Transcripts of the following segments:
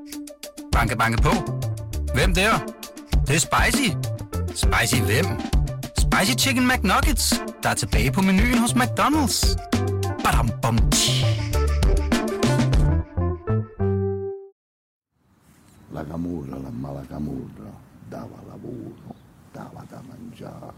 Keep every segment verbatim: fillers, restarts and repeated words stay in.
Banke, banke på. Hvem der? Det, det er spicy. Spicy hvem? Spicy Chicken McNuggets, der er tilbage på menuen hos McDonald's. Badum, bom, La camurra, la mala camurra, dava lavoro, dava da mangiare.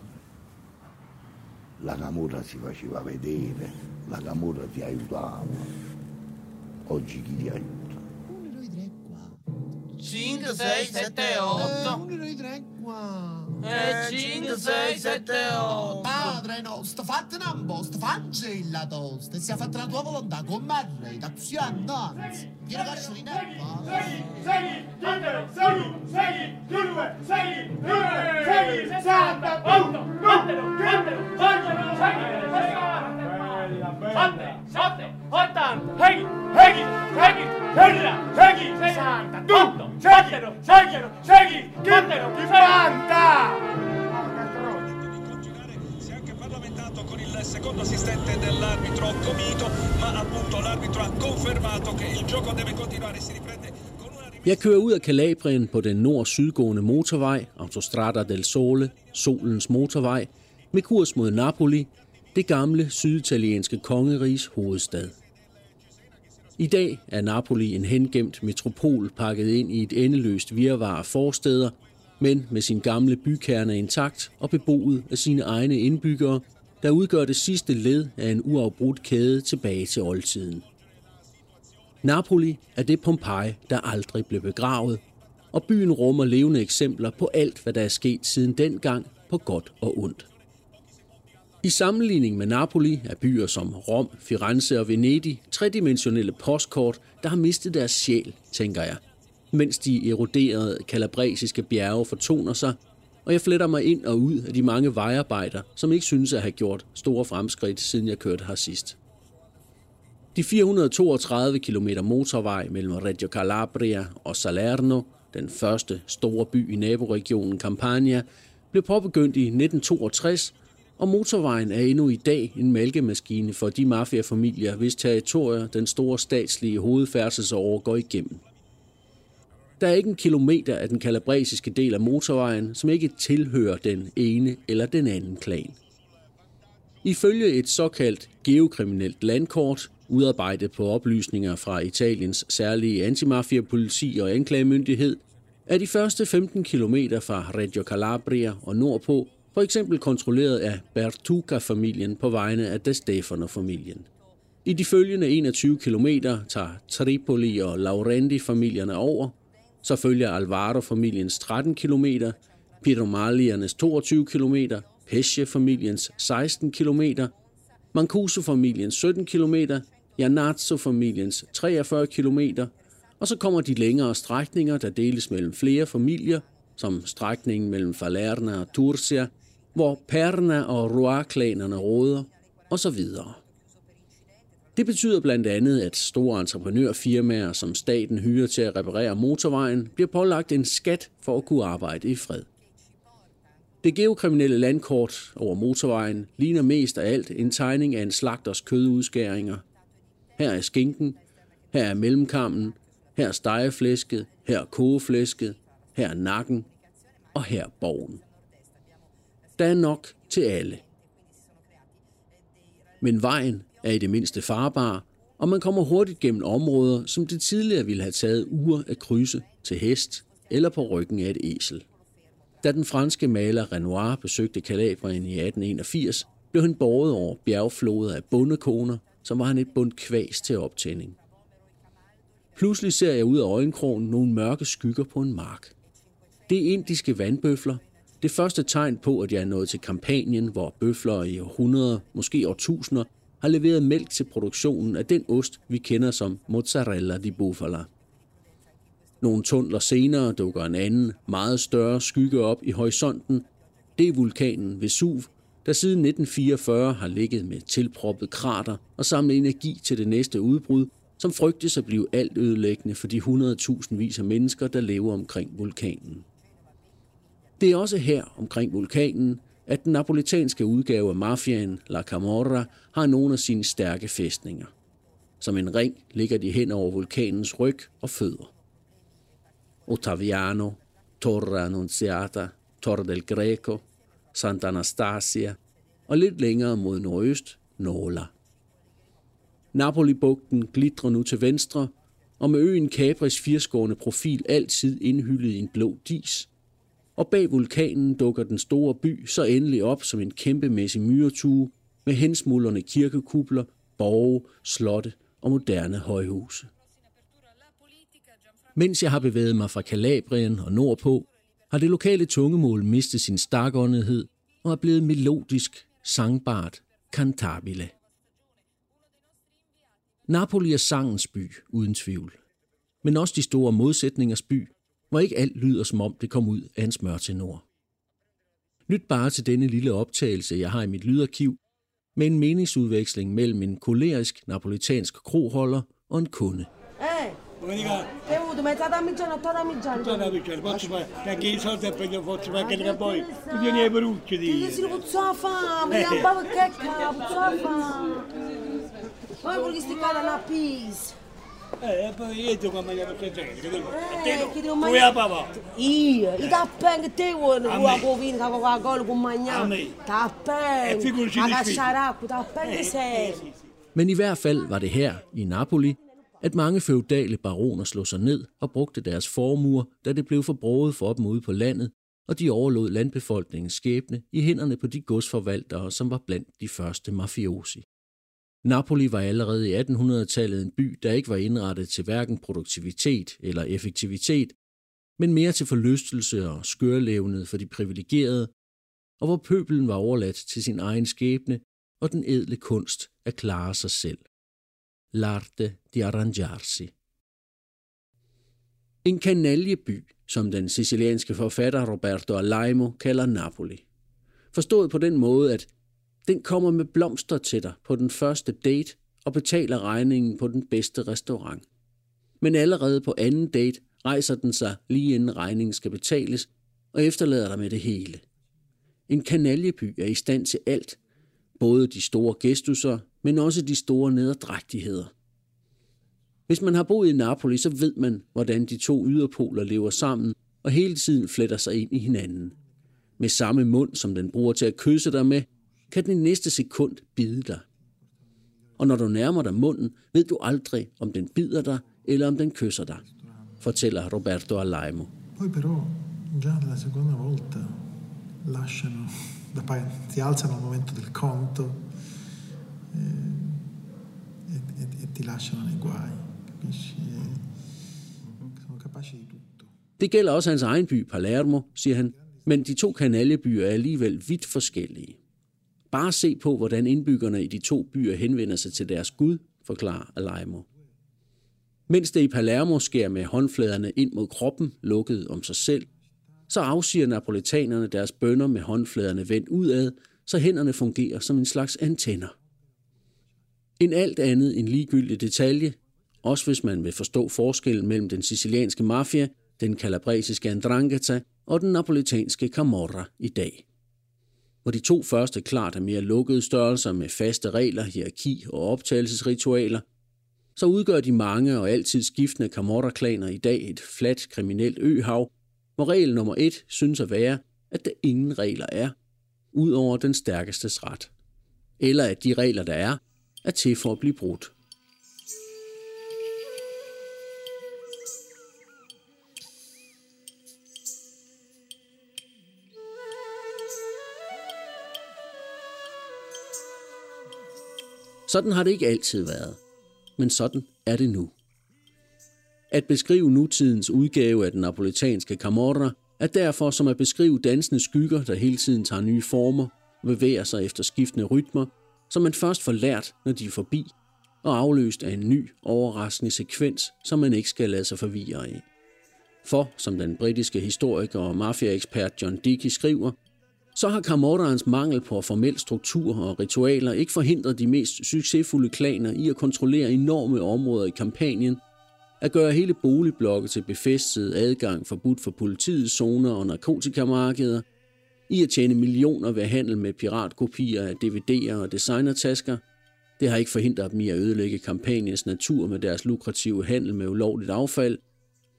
La camurra si faceva vedere, la camurra ti aiutava. Oggi chi ti aiuta? Uno di noi tre qua. cinque, sei, sette, otto. Eh, uno di noi tre qua. Eh, cinque, sei, sette, otto. Padre nostro, fattene un po', sto fancella tosta. E sia fatta la tua volontà, con me re, da così annanzi. Tieni cazzo di nerva. Segui, titolo, segui, segui, due, segui, due, segui, sessanta, uno, quattro, quattro, quattro, segui, sette, sette, ottanta, segui, segui, segui, terra, segui, sessanta, otto, quattro, segui, segui, quattro, quaranta. Si è anche parlamentato con il secondo assistente dell'arbitro Comito, ma appunto l'arbitro ha confermato che il gioco deve continuare. Si riprende con una... Jeg kører ud af Calabrien på den nord-sydgående motorvej, Autostrada del Sole, Solens motorvej, med kurs mod Napoli, det gamle syditalienske kongeriges hovedstad. I dag er Napoli en hengemt metropol pakket ind i et endeløst virvar af forstæder, men med sin gamle bykerne intakt og beboet af sine egne indbyggere, der udgør det sidste led af en uafbrudt kæde tilbage til oldtiden. Napoli er det Pompeji, der aldrig blev begravet, og byen rummer levende eksempler på alt, hvad der er sket siden dengang, på godt og ondt. I sammenligning med Napoli er byer som Rom, Firenze og Venedig tredimensionelle postkort, der har mistet deres sjæl, tænker jeg, mens de eroderede kalabresiske bjerge fortoner sig, og jeg fletter mig ind og ud af de mange vejarbejder, som ikke synes at have gjort store fremskridt, siden jeg kørte her sidst. De fire hundrede toogtredive kilometer motorvej mellem Reggio Calabria og Salerno, den første store by i naboregionen Campania, blev påbegyndt i nitten toogtres, og motorvejen er endnu i dag en mælkemaskine for de mafiafamilier, hvis territorier den store statslige hovedfærdselsåre går igennem. Der er ikke en kilometer af den kalabresiske del af motorvejen, som ikke tilhører den ene eller den anden klan. Ifølge et såkaldt geokriminelt landkort, udarbejdet på oplysninger fra Italiens særlige antimafiapoliti og anklagemyndighed, er de første femten kilometer fra Reggio Calabria og nordpå for eksempel kontrolleret af Bertucca-familien på vegne af De Stefano-familien. I de følgende enogtyve kilometer tager Tripoli og Laurenti-familierne over, så følger Alvaro-familiens tretten kilometer, Piromaliernes toogtyve kilometer, Pesce-familiens seksten kilometer, Mancuso-familiens sytten kilometer, Iannazzo-familiens treogfyrre kilometer, og så kommer de længere strækninger, der deles mellem flere familier, som strækningen mellem Falerna og Turcia, hvor Perna og Roa-klanerne råder, og så videre. Det betyder blandt andet, at store entreprenørfirmaer, som staten hyrer til at reparere motorvejen, bliver pålagt en skat for at kunne arbejde i fred. Det geokriminelle landkort over motorvejen ligner mest af alt en tegning af en slagters kødudskæringer. Her er skinken, her er mellemkammen, her er stegeflæsket, her er kogeflæsket, her er nakken, og her borgen. Der er nok til alle. Men vejen er i det mindste farbar, og man kommer hurtigt gennem områder, som det tidligere ville have taget uger at krydse til hest eller på ryggen af et esel. Da den franske maler Renoir besøgte Calabrien i atten enogfirs, blev han båret over bjergfloder af bondekoner, som var han et bundt kvæs til optænding. Pludselig ser jeg ud af øjenkrogen nogle mørke skygger på en mark. Det er indiske vandbøfler. Det første tegn på, at jeg er nået til Campanien, hvor bøfler i århundreder, måske årtusinder, har leveret mælk til produktionen af den ost, vi kender som mozzarella di bufala. Nogle tunneler senere dukker en anden, meget større skygge op i horisonten. Det er vulkanen Vesuv, der siden nitten fireogfyrre har ligget med tilproppet krater og samlet energi til det næste udbrud, som frygtes at blive alt ødelæggende for de hundredtusindvis af mennesker, der lever omkring vulkanen. Det er også her omkring vulkanen, at den napolitanske udgave af mafiaen, La Camorra, har nogle af sine stærke fæstninger. Som en ring ligger de hen over vulkanens ryg og fødder. Ottaviano, Torre Annunziata, Torre del Greco, Santa Anastasia og lidt længere mod nordøst, Nola. Napoli-bugten glitrer nu til venstre, og med øen Capris firskårende profil altid indhyllet i en blå dis. Og bag vulkanen dukker den store by så endelig op som en kæmpemæssig myretue med hensmuldrende kirkekupler, borge, slotte og moderne højhuse. Mens jeg har bevæget mig fra Calabrien og nordpå, har det lokale tungemål mistet sin stakåndighed og er blevet melodisk, sangbart, cantabile. Napoli er sangens by, uden tvivl. Men også de store modsætningers by, hvor ikke alt lyder som om det kom ud af en smørtenor. Lyt bare til denne lille optagelse, jeg har i mit lydarkiv, med en meningsudveksling mellem en kolerisk napolitansk kroholder og en kunde. Eh, che avuto mezz'ora Migiano, torna a Migiano. Torna a Migiano, faccio fare, perché i soldi per gli faccio fare che poi tu vieni ai perucci di. Che si puzza la fame, mi ha che puzza la fame. Poi perché sti cade una pis. Eh, poi io devo mangiare per te, che devo. Eh, che devo mangiare. Tu papà. Io, i tappen che te vuoi, vuoi covin, che Coca-Cola con mangiare. Tappen. A cacciaracco, tappen che sei. Men i hvert fald var det her, i Napoli, at mange feudale baroner slog sig ned og brugte deres formuer, da det blev for broget for dem ude på landet, og de overlod landbefolkningens skæbne i hænderne på de godsforvaltere, som var blandt de første mafiosi. Napoli var allerede i attenhundredetallet en by, der ikke var indrettet til hverken produktivitet eller effektivitet, men mere til forlystelse og skørlevned for de privilegerede, og hvor pøbelen var overladt til sin egen skæbne og den ædle kunst at klare sig selv. L'arte di arrangiarsi. En kanaljeby, som den sicilianske forfatter Roberto Alaimo kalder Napoli. Forstået på den måde, at den kommer med blomster til dig på den første date og betaler regningen på den bedste restaurant. Men allerede på anden date rejser den sig lige inden regningen skal betales og efterlader dig med det hele. En kanaljeby er i stand til alt, både de store gestusser, men også de store nederdrægtigheder. Hvis man har boet i Napoli, så ved man, hvordan de to yderpoler lever sammen og hele tiden fletter sig ind i hinanden. Med samme mund, som den bruger til at kysse dig med, kan den i næste sekund bide dig. Og når du nærmer dig munden, ved du aldrig, om den bider dig eller om den kysser dig, fortæller Roberto Alaimo. Poi però, già la seconda volta, lasciano, si alzano al momento del conto e, e, e ti lasciano nei guai, capisci? Sono capaci di tutto. Det gælder også hans egen by, Palermo, siger han, men de to kanaljebyer er alligevel vidt forskellige. Bare se på, hvordan indbyggerne i de to byer henvender sig til deres Gud, forklarer Alaimo. Mens det i Palermo sker med håndfladerne ind mod kroppen, lukket om sig selv, så afsiger napolitanerne deres bønner med håndfladerne vendt udad, så hænderne fungerer som en slags antenner. En alt andet end ligegyldig detalje, også hvis man vil forstå forskellen mellem den sicilianske mafia, den calabresiske andrangheta og den napolitanske camorra i dag. Hvor de to første klart er mere lukkede størrelser med faste regler, hierarki og optagelsesritualer, så udgør de mange og altid skiftende camorra-klaner i dag et fladt kriminelt øhav, hvor regel nummer et synes at være, at der ingen regler er, udover den stærkestes ret. Eller at de regler, der er, er til for at blive brudt. Sådan har det ikke altid været, men sådan er det nu. At beskrive nutidens udgave af den napolitanske camorra er derfor som at beskrive dansende skygger, der hele tiden tager nye former og bevæger sig efter skiftende rytmer, som man først får lært, når de er forbi, og afløst af en ny, overraskende sekvens, som man ikke skal lade sig forvirre af. For, som den britiske historiker og mafiaekspert John Dickey skriver, så har camorraens mangel på formel struktur og ritualer ikke forhindret de mest succesfulde klaner i at kontrollere enorme områder i Campanien, at gøre hele boligblokke til befæstet adgang forbudt for politiets zoner og narkotikamarkeder, i at tjene millioner ved handel med piratkopier af D V D'er og designertasker. Det har ikke forhindret dem i at ødelægge Campaniens natur med deres lukrative handel med ulovligt affald.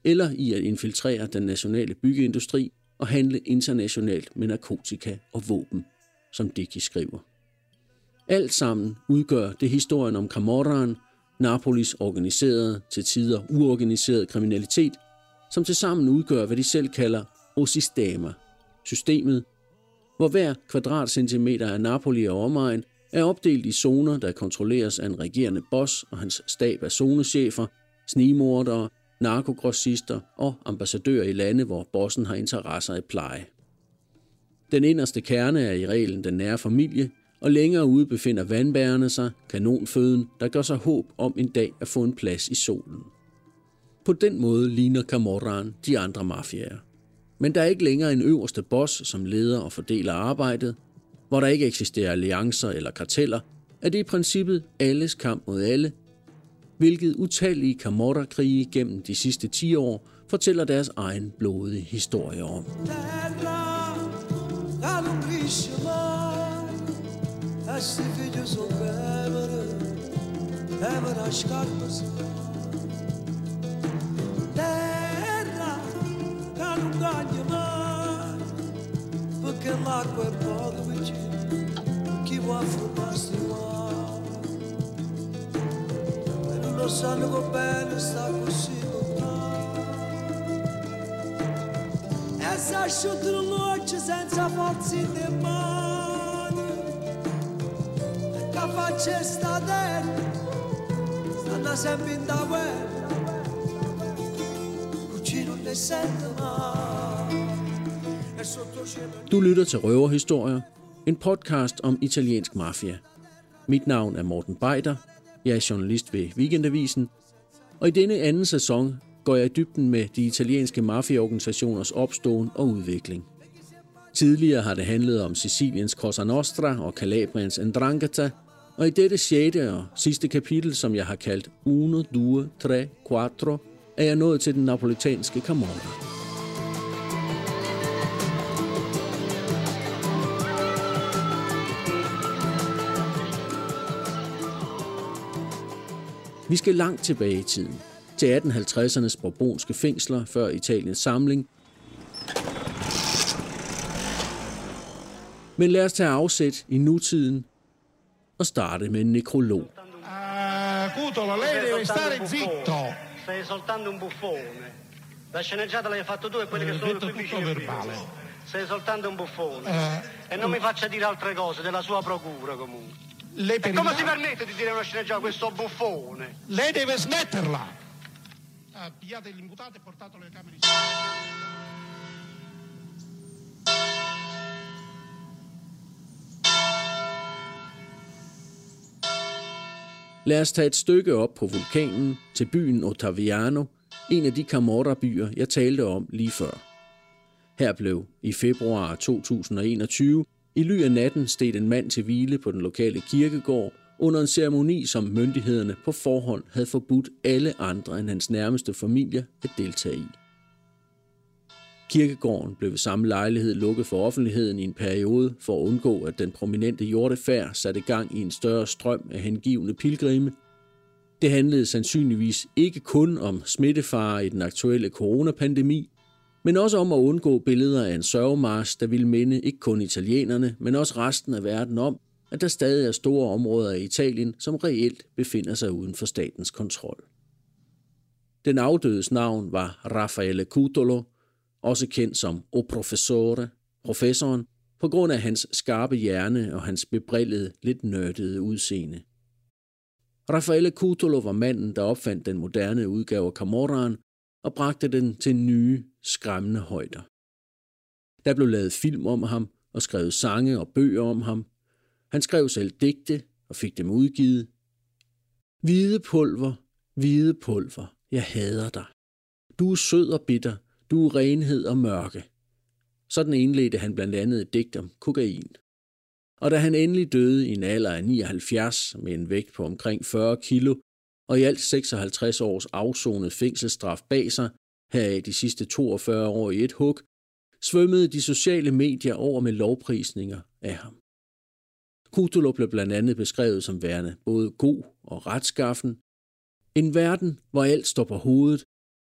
eller i at infiltrere den nationale byggeindustri og handle internationalt med narkotika og våben, som Dickie skriver. Alt sammen udgør det historien om Camorraen, Napolis organiserede, til tider uorganiseret kriminalitet, som tilsammen udgør, hvad de selv kalder o sistema, systemet, hvor hver kvadratcentimeter af Napoli og omegn er opdelt i zoner, der kontrolleres af en regerende boss og hans stab af zonechefer, snigmordere, narkogrossister og ambassadører i lande, hvor bossen har interesser i pleje. Den inderste kerne er i reglen den nære familie, og længere ude befinder vandbærerne sig, kanonføden, der gør sig håb om en dag at få en plads i solen. På den måde ligner Camorraen de andre mafiaer. Men der er ikke længere en øverste boss, som leder og fordeler arbejdet. Hvor der ikke eksisterer alliancer eller karteller, er det i princippet alles kamp mod alle, hvilket utallige Camorra-krige gennem de sidste ti år fortæller deres egen blodige historie om. Lo sanno bene sta così e si asciuttano l'occhio senza forza di mano che faccia sta terra stanno sempre in da guerra cucino ne sente mai e sotto cielo. Du lytter til Røverhistorier, en podcast om italiensk mafia. Mit navn er Morten Beider. Jeg er journalist ved Weekendavisen, og i denne anden sæson går jeg i dybden med de italienske mafiaorganisationers opståen og udvikling. Tidligere har det handlet om Siciliens Cosa Nostra og Calabriens Ndrangheta, og i dette sjette og sidste kapitel, som jeg har kaldt uno, due, tre, quattro, er jeg nået til den napolitanske Camorra. Vi skal langt tilbage i tiden, til atten halvtredsernes borbonske fængsler før Italiens samling. Men lad os tage afsæt i nutiden og starte med en nekrolog. Uh, Cutolo, lei deve stare zitto. Sei soltanto un buffone. La sceneggiata l'hai fatto tu e quelli che sono più vicini verbale. Sei soltanto un buffone. Uh, e non mi faccia dire altre cose della sua procura comunque. Lei e come si permette di dire una sceneggiata questo buffone? Lei deve smetterla. Uh, pigliate l'imputato e portatelo alle camere. Lad os tage et stykke op på vulkanen til byen Ottaviano, en af de Camorra-byer, jeg talte om lige før. Her blev i februar to tusind og enogtyve i ly af natten steg en mand til hvile på den lokale kirkegård under en ceremoni, som myndighederne på forhånd havde forbudt alle andre end hans nærmeste familie at deltage i. Kirkegården blev ved samme lejlighed lukket for offentligheden i en periode for at undgå, at den prominente hjortefærd satte gang i en større strøm af hengivne pilgrimme. Det handlede sandsynligvis ikke kun om smittefare i den aktuelle coronapandemi, men også om at undgå billeder af en sørgemarch, der ville minde ikke kun italienerne, men også resten af verden om, at der stadig er store områder af Italien, som reelt befinder sig uden for statens kontrol. Den afdødes navn var Raffaele Cutolo, også kendt som O Professore, professoren, på grund af hans skarpe hjerne og hans bebrillede, lidt nørdede udseende. Raffaele Cutolo var manden, der opfandt den moderne udgave af Camorraen og bragte den til nye, skræmmende højder. Der blev lavet film om ham og skrevet sange og bøger om ham. Han skrev selv digte og fik dem udgivet. Hvide pulver, hvide pulver, jeg hader dig. Du er sød og bitter, du er renhed og mørke. Sådan indledte han blandt andet et digt om kokain. Og da han endelig døde i en alder af nioghalvfjerds med en vægt på omkring fyrre kilo og i alt seksoghalvtreds års afsonet fængselsstraf bag sig, heraf de sidste toogfyrre år i et hug, svømmede de sociale medier over med lovprisninger af ham. Cutolo blev blandt andet beskrevet som værende både god og retskaffen. En verden, hvor alt står på hovedet,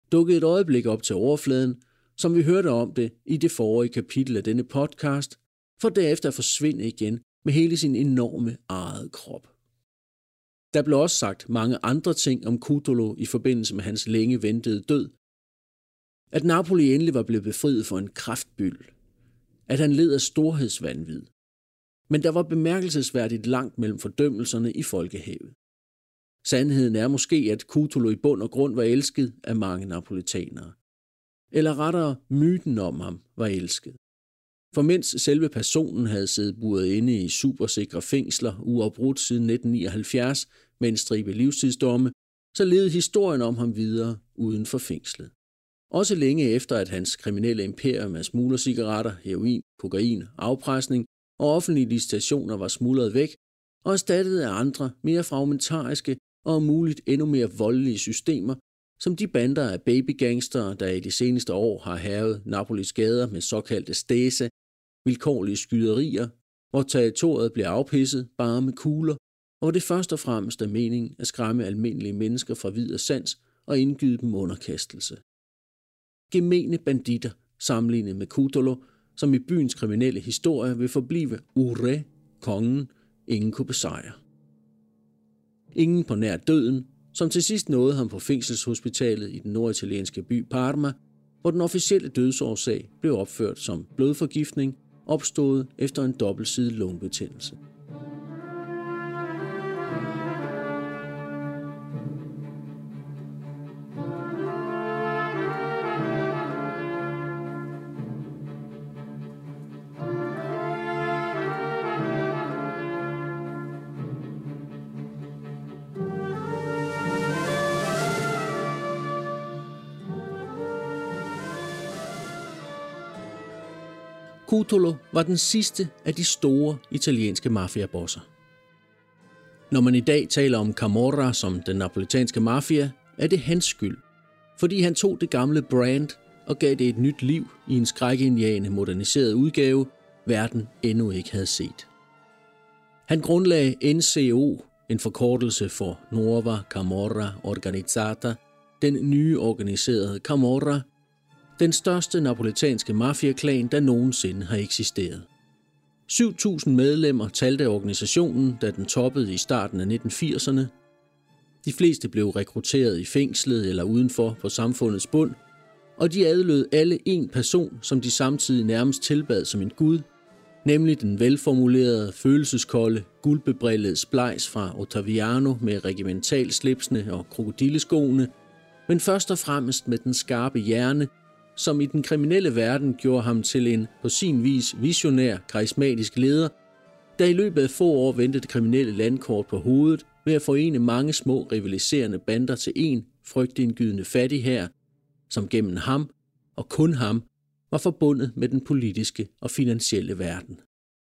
dukkede et øjeblik op til overfladen, som vi hørte om det i det forrige kapitel af denne podcast, for derefter at forsvinde igen med hele sin enorme ejede krop. Der blev også sagt mange andre ting om Cutolo i forbindelse med hans længe ventede død. At Napoli endelig var blevet befriet for en kræftbyld. At han led af storhedsvanvid. Men der var bemærkelsesværdigt langt mellem fordømmelserne i folkehavet. Sandheden er måske, at Cutolo i bund og grund var elsket af mange napolitanere. Eller rettere, myten om ham var elsket. For mens selve personen havde siddet buret inde i supersikre fængsler uafbrudt siden nitten nioghalvfjerds med en stribe livstidsdomme, så levede historien om ham videre uden for fængslet. Også længe efter, at hans kriminelle imperium af smuglercigaretter, heroin, kokain, afpresning og offentlige licitationer var smuldret væk og erstattet af andre, mere fragmentariske og om muligt endnu mere voldelige systemer, som de bander af babygangster, der i de seneste år har hærget Napolis gader med såkaldte stæse, vilkårlige skyderier, hvor territoriet bliver afpisset bare med kugler, og hvor det først og fremmest er meningen at skræmme almindelige mennesker fra vid og sans og indgyde dem underkastelse. Gemene banditter sammenlignet med Cutolo, som i byens kriminelle historie vil forblive Ure, kongen, ingen kunne besejre. Ingen på nær døden, som til sidst nåede ham på fængselshospitalet i den norditalienske by Parma, hvor den officielle dødsårsag blev opført som blodforgiftning, opstået efter en dobbeltsidet lungebetændelse. Cutolo var den sidste af de store italienske mafiabosser. Når man i dag taler om Camorra som den napolitanske mafia, er det hans skyld, fordi han tog det gamle brand og gav det et nyt liv i en skrækindjagende moderniseret udgave, verden endnu ikke havde set. Han grundlagde N C O, en forkortelse for Nuova Camorra Organizzata, den nye organiserede Camorra, den største napolitanske mafiaklan, der nogensinde har eksisteret. syv tusind medlemmer talte organisationen, da den toppede i starten af nitten firserne. De fleste blev rekrutteret i fængslet eller udenfor på samfundets bund, og de adlød alle en person, som de samtidig nærmest tilbad som en gud, nemlig den velformulerede, følelseskolde, guldbebrillede splejs fra Ottaviano med regimentalslipsene og krokodilleskoene, men først og fremmest med den skarpe hjerne, som i den kriminelle verden gjorde ham til en på sin vis visionær, karismatisk leder, der i løbet af få år vendte det kriminelle landkort på hovedet ved at forene mange små rivaliserende bander til en frygtindgydende fattighær, som gennem ham og kun ham var forbundet med den politiske og finansielle verden.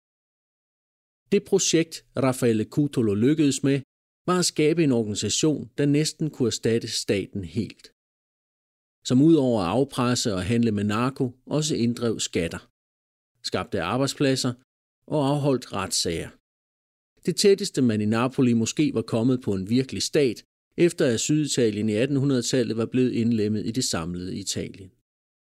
Det projekt, Raffaele Cutolo lykkedes med, var at skabe en organisation, der næsten kunne erstatte staten helt. Som udover at afpresse og handle med narko, også inddrev skatter, skabte arbejdspladser og afholdt retssager. Det tætteste man i Napoli måske var kommet på en virkelig stat, efter at Syditalien i attenhundredetallet var blevet indlemmet i det samlede Italien.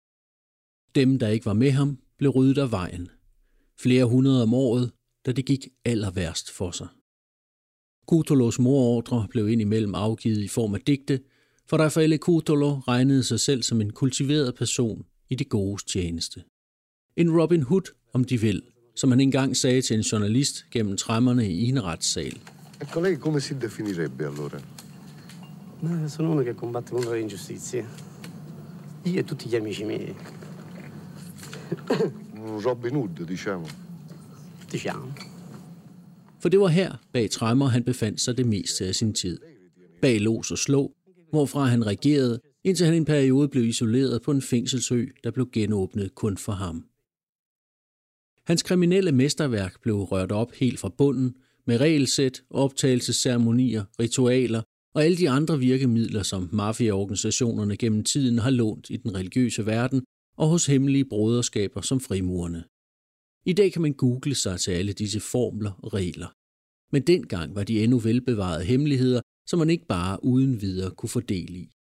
Dem, der ikke var med ham, blev ryddet af vejen. Flere hundrede om året, da det gik aller værst for sig. Cutolos morordre blev indimellem afgivet i form af digte, for Raffaele Cutolo regnede sig selv som en kultiveret person i det godes tjeneste. En Robin Hood, om de vil, som han engang sagde til en journalist gennem tremmerne i en retssal. Ecco, lei come si definirebbe allora? Ma sono uno che combatte contro le ingiustizie. Io e tutti gli amici miei. Un Robin Hood, diciamo. Diciamo. For det var her, bag tremmer, han befandt sig det meste af sin tid. Bag lås og slå, hvorfra han regerede, indtil han i en periode blev isoleret på en fængselsø, der blev genåbnet kun for ham. Hans kriminelle mesterværk blev rørt op helt fra bunden, med regelsæt, optagelsesceremonier, ritualer og alle de andre virkemidler, som mafiaorganisationerne gennem tiden har lånt i den religiøse verden og hos hemmelige broderskaber som frimurerne. I dag kan man google sig til alle disse formler og regler. Men dengang var de endnu velbevarede hemmeligheder, som man ikke bare uden videre kunne få del i.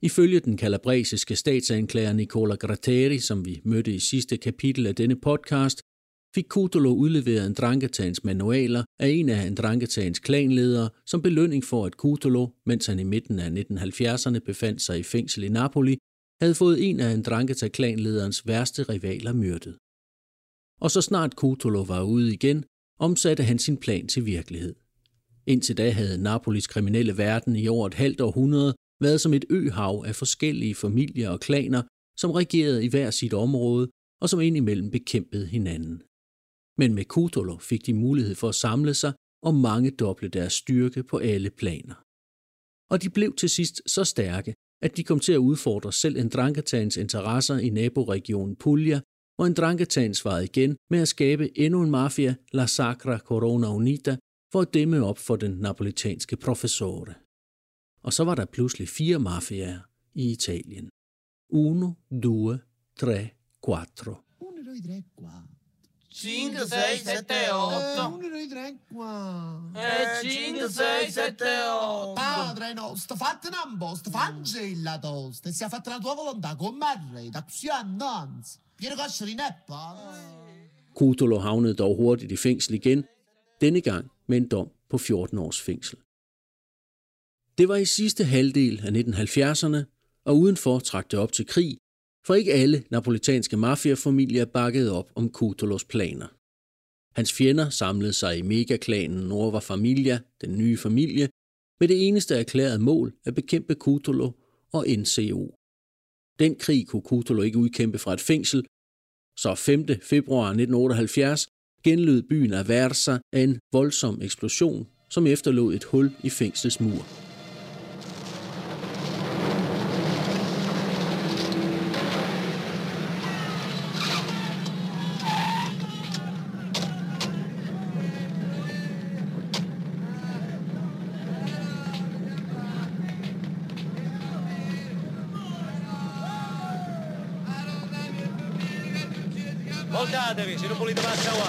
Ifølge den calabresiske statsanklager Nicola Gratteri, som vi mødte i sidste kapitel af denne podcast, fik Cutolo udleveret Ndranghetaens manualer af en af Ndranghetaens klanledere som belønning for, at Cutolo, mens han i midten af nitten halvfjerdserne befandt sig i fængsel i Napoli, havde fået en af Ndrangheta-klanlederens værste rivaler myrdet. Og så snart Cutolo var ude igen, omsatte han sin plan til virkelighed. Indtil da havde Napolis kriminelle verden i over et halvt århundrede været som et øhav af forskellige familier og klaner, som regerede i hver sit område og som indimellem bekæmpede hinanden. Men med Cutolo fik de mulighed for at samle sig og mange doble deres styrke på alle planer. Og de blev til sidst så stærke, at de kom til at udfordre selv Ndranghetaens interesser i naboregionen Puglia, hvor Ndranghetaen svarede igen med at skabe endnu en mafia, La Sacra Corona Unita, for at dæmme op for den napolitanske professore. Og så var der pludselig fire mafiaer i Italien. Uno, due, tre, quattro. Uno, due, tre, quattro. cinque, sei, sette, otto. Uno, due, tre, quattro. E cinque, sei, sette, otto. Padre nostro, fattene un posto, fancella tosta, e sia fatta la tua volontà, come me, da così annanzi. Piero Coscio di Neppa. Cutolo havnede dog hurtigt i fængsel igen, denne gang med en dom på fjorten års fængsel. Det var i sidste halvdel af nitten halvfjerdserne, og udenfor trak det op til krig, for ikke alle napolitanske mafiafamilier bakkede op om Cutolos planer. Hans fjender samlede sig i megaklanen Nuova Famiglia, den nye familie, med det eneste erklærede mål at bekæmpe Cutolo og N C O. Den krig kunne Cutolo ikke udkæmpe fra et fængsel, så femte februar nitten otteoghalvfjerds genlød byen Aversa af en voldsom eksplosion, som efterlod et hul i fængslets mur. Voltatevi, se non volete massa qua.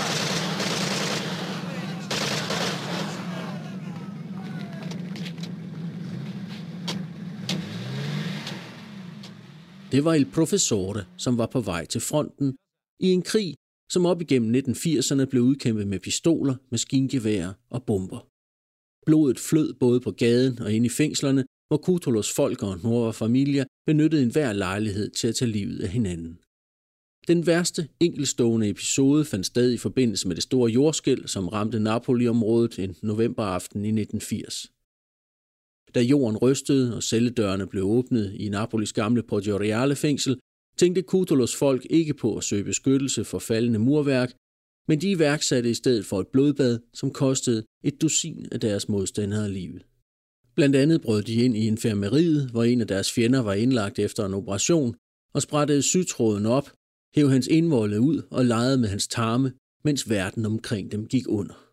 Det var Il Professore, som var på vej til fronten i en krig, som op igennem nitten firserne blev udkæmpet med pistoler, maskingeværer og bomber. Blodet flød både på gaden og inde i fængslerne, hvor Cutolos folk og Nuova Famiglia benyttede enhver lejlighed til at tage livet af hinanden. Den værste enkeltstående episode fandt sted i forbindelse med det store jordskælv, som ramte Napoli-området en novemberaften i nitten firs. Da jorden rystede og celledørene blev åbnet i Napolis gamle Poggio Reale fængsel, tænkte Cutolos folk ikke på at søge beskyttelse for faldende murværk, men de iværksatte i stedet for et blodbad, som kostede et dusin af deres modstandere livet. Blandt andet brød de ind i infirmeriet, hvor en af deres fjender var indlagt efter en operation, og sprættede sytråden op, hæv hans indvolde ud og legede med hans tarme, mens verden omkring dem gik under.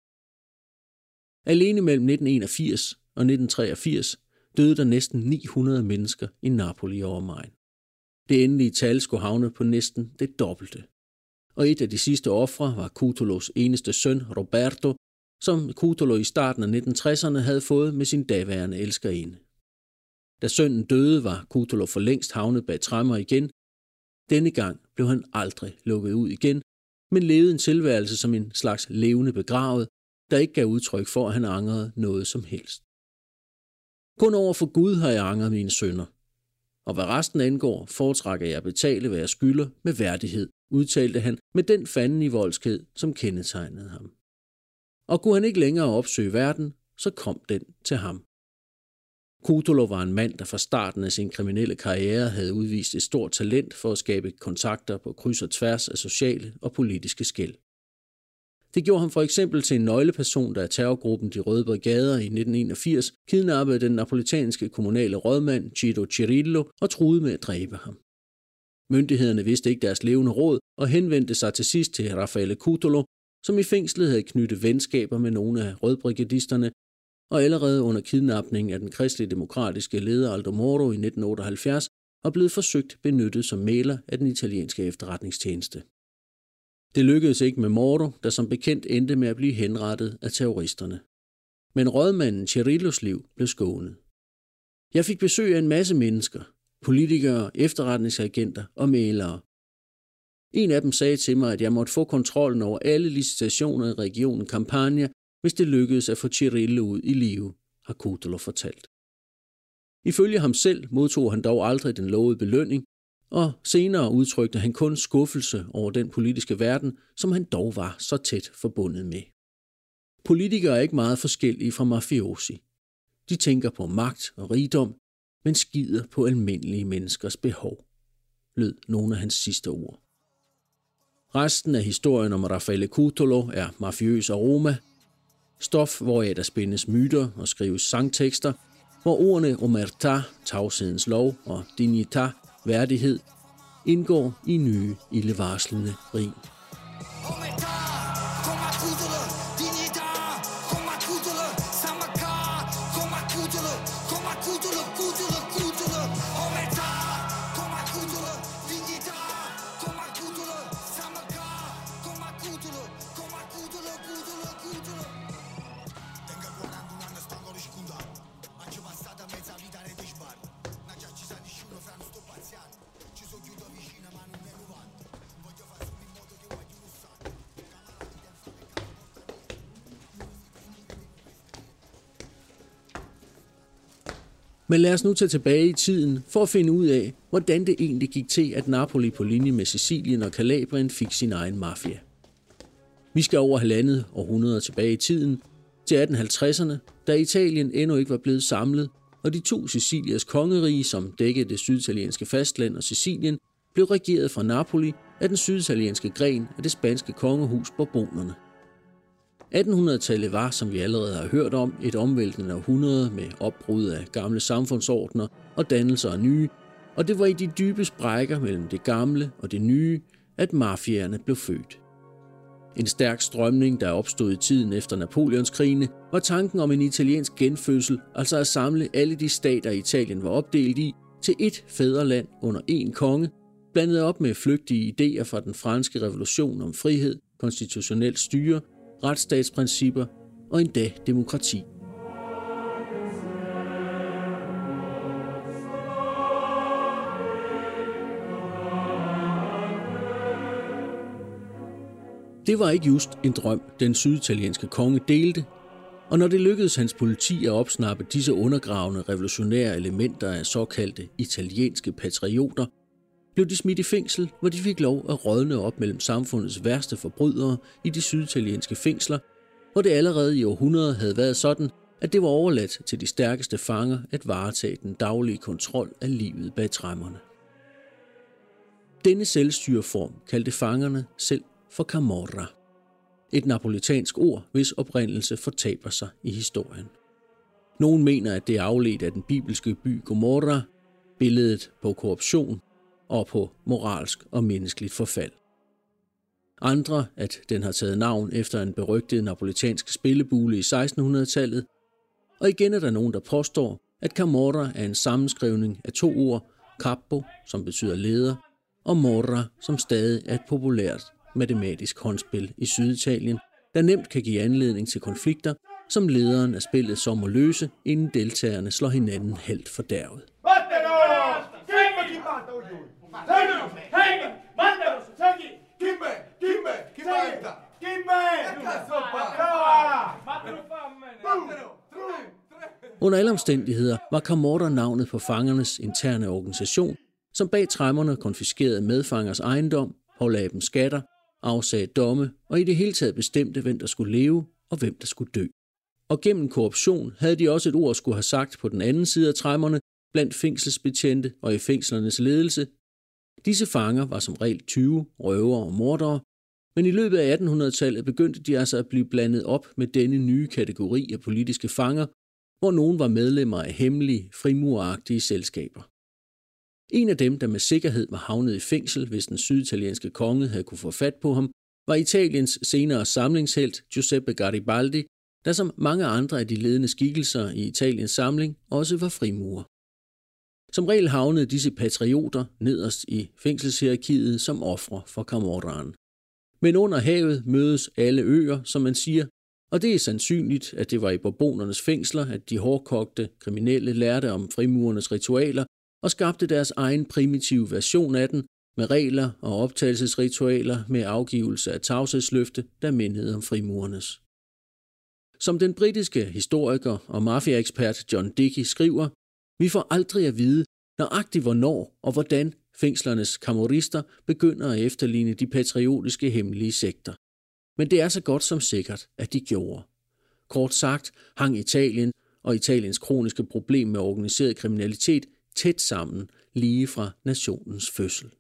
Alene mellem nitten enogfirs og nitten treogfirs døde der næsten ni hundrede mennesker i Napoli og omegn. Det endelige tal skulle havne på næsten det dobbelte. Og et af de sidste ofre var Cutolos eneste søn, Roberto, som Cutolo i starten af nitten tresserne havde fået med sin daværende elskerinde. Da sønnen døde, var Cutolo for længst havnet bag tremmer igen. Denne gang blev han aldrig lukket ud igen, men levede en tilværelse som en slags levende begravet, der ikke gav udtryk for, at han angrede noget som helst. Kun over for Gud har jeg angret mine synder, og hvad resten angår, foretrækker jeg at betale, hvad jeg skylder med værdighed, udtalte han med den fanden i voldsked, som kendetegnede ham. Og kunne han ikke længere opsøge verden, så kom den til ham. Cutolo var en mand, der fra starten af sin kriminelle karriere havde udvist et stort talent for at skabe kontakter på kryds og tværs af sociale og politiske skel. Det gjorde ham for eksempel til en nøgleperson, der af terrorgruppen De Røde Brigader i nitten enogfirs kidnappede den napolitanske kommunale rådmand Guido Cirillo og truede med at dræbe ham. Myndighederne vidste ikke deres levende råd og henvendte sig til sidst til Raffaele Cutolo, som i fængslet havde knyttet venskaber med nogle af rødbrigadisterne, og allerede under kidnapningen af den kristelige demokratiske leder Aldo Moro i nitten otteoghalvfjerds var blevet forsøgt benyttet som mægler af den italienske efterretningstjeneste. Det lykkedes ikke med Moro, der som bekendt endte med at blive henrettet af terroristerne. Men rådmanden Cirillos liv blev skånet. Jeg fik besøg af en masse mennesker, politikere, efterretningsagenter og mælere. En af dem sagde til mig, at jeg måtte få kontrollen over alle licitationer i regionen Campania, hvis det lykkedes at få Cirillo ud i live, har Cutolo fortalt. Ifølge ham selv modtog han dog aldrig den lovede belønning, og senere udtrykte han kun skuffelse over den politiske verden, som han dog var så tæt forbundet med. Politikere er ikke meget forskellige fra mafiosi. De tænker på magt og rigdom, men skider på almindelige menneskers behov, lød nogle af hans sidste ord. Resten af historien om Raffaele Cutolo er mafiøs aroma, stof, hvoraf der spændes myter og skrives sangtekster, hvor ordene omertà, tavshedens lov, og dignità, værdighed, indgår i nye, ildevarslende rim. Men lad os nu tage tilbage i tiden for at finde ud af, hvordan det egentlig gik til, at Napoli på linje med Sicilien og Calabrien fik sin egen mafia. Vi skal over halvandet århundreder tilbage i tiden, til atten halvtredserne, da Italien endnu ikke var blevet samlet, og de to Siciliers kongerige, som dækkede det syditalienske fastland og Sicilien, blev regeret fra Napoli af den syditalienske gren af det spanske kongehus Bourbonerne. attenhundredetallet var, som vi allerede har hørt om, et omvæltende århundrede med opbrud af gamle samfundsordner og dannelser af nye, og det var i de dybe sprækker mellem det gamle og det nye, at mafiaerne blev født. En stærk strømning, der opstod i tiden efter Napoleonskrigene, var tanken om en italiensk genfødsel, altså at samle alle de stater, Italien var opdelt i, til ét fædreland under én konge, blandet op med flygtige idéer fra den franske revolution om frihed, konstitutionelt styre, retsstatsprincipper og endda demokrati. Det var ikke just en drøm, den syditalienske konge delte, og når det lykkedes hans politi at opsnappe disse undergravende revolutionære elementer af såkaldte italienske patrioter, blev de smidt i fængsel, hvor de fik lov at rådne op mellem samfundets værste forbrydere i de syditalienske fængsler, hvor det allerede i århundreder havde været sådan, at det var overladt til de stærkeste fanger at varetage den daglige kontrol af livet bag tremmerne. Denne selvstyreform kaldte fangerne selv for camorra, et napolitansk ord, hvis oprindelse fortaber sig i historien. Nogle mener, at det er afledt af den bibelske by Gomorra, billedet på korruption og på moralsk og menneskeligt forfald. Andre, at den har taget navn efter en berygtet napolitansk spillebule i sekstenhundredetallet, og igen er der nogen, der påstår, at camorra er en sammenskrivning af to ord, capo, som betyder leder, og morra, som stadig er et populært matematisk håndspil i Syditalien, der nemt kan give anledning til konflikter, som lederen af spillet så må løse, inden deltagerne slår hinanden halvt fordærvet. Under alle omstændigheder var camorra navnet på fangernes interne organisation, som bag tremmerne konfiskerede medfangers ejendom, pålagde dem skatter, afsagde domme og i det hele taget bestemte, hvem der skulle leve og hvem der skulle dø. Og gennem korruption havde de også et ord skulle have sagt på den anden side af tremmerne, blandt fængselsbetjente og i fængslernes ledelse. Disse fanger var som regel tyve, røvere og mordere, men i løbet af attenhundredetallet begyndte de altså at blive blandet op med denne nye kategori af politiske fanger, hvor nogen var medlemmer af hemmelige, frimuragtige selskaber. En af dem, der med sikkerhed var havnet i fængsel, hvis den syditalienske konge havde kunne få fat på ham, var Italiens senere samlingshelt Giuseppe Garibaldi, der som mange andre af de ledende skikkelser i Italiens samling også var frimurer. Som regel havnede disse patrioter nederst i fængselshierarkiet som ofre for camorraen. Men under havet mødes alle øer, som man siger, Og det er sandsynligt, at det var i Bourbonernes fængsler, at de hårdkogte kriminelle lærte om frimurernes ritualer og skabte deres egen primitive version af den, med regler og optagelsesritualer med afgivelse af tavshedsløfte, der mindede om frimurernes. Som den britiske historiker og mafiaekspert John Dickey skriver, vi får aldrig at vide nøjagtigt hvornår og hvordan fængslernes camorrister begynder at efterligne de patriotiske hemmelige sekter. Men det er så godt som sikkert, at de gjorde. Kort sagt hang Italien og Italiens kroniske problem med organiseret kriminalitet tæt sammen lige fra nationens fødsel.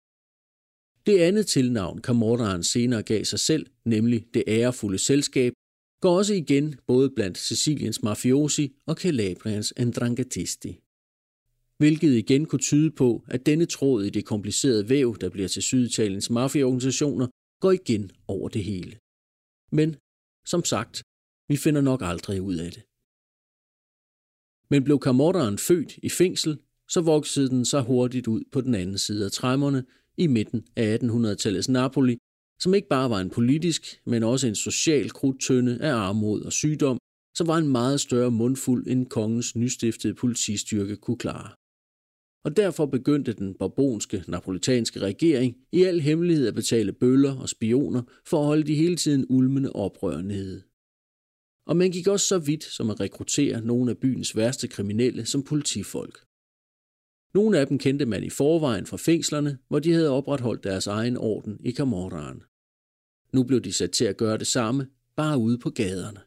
Det andet tilnavn, Camorraen senere gav sig selv, nemlig det ærefulde selskab, går også igen både blandt Siciliens mafiosi og Calabriens ndranghetisti. Hvilket igen kunne tyde på, at denne tråd i det komplicerede væv, der bliver til Syditaliens mafiaorganisationer, går igen over det hele. Men, som sagt, vi finder nok aldrig ud af det. Men blev Camorraen født i fængsel, så voksede den så hurtigt ud på den anden side af tremmerne i midten af attenhundredetallets Napoli, som ikke bare var en politisk, men også en social krudtønde af armod og sygdom, som var en meget større mundfuld, end kongens nystiftede politistyrke kunne klare. Og derfor begyndte den bourbonske napolitanske regering i al hemmelighed at betale bøller og spioner for at holde de hele tiden ulmende oprør nede. Og man gik også så vidt som at rekruttere nogle af byens værste kriminelle som politifolk. Nogle af dem kendte man i forvejen fra fængslerne, hvor de havde opretholdt deres egen orden i Camorraen. Nu blev de sat til at gøre det samme, bare ude på gaderne.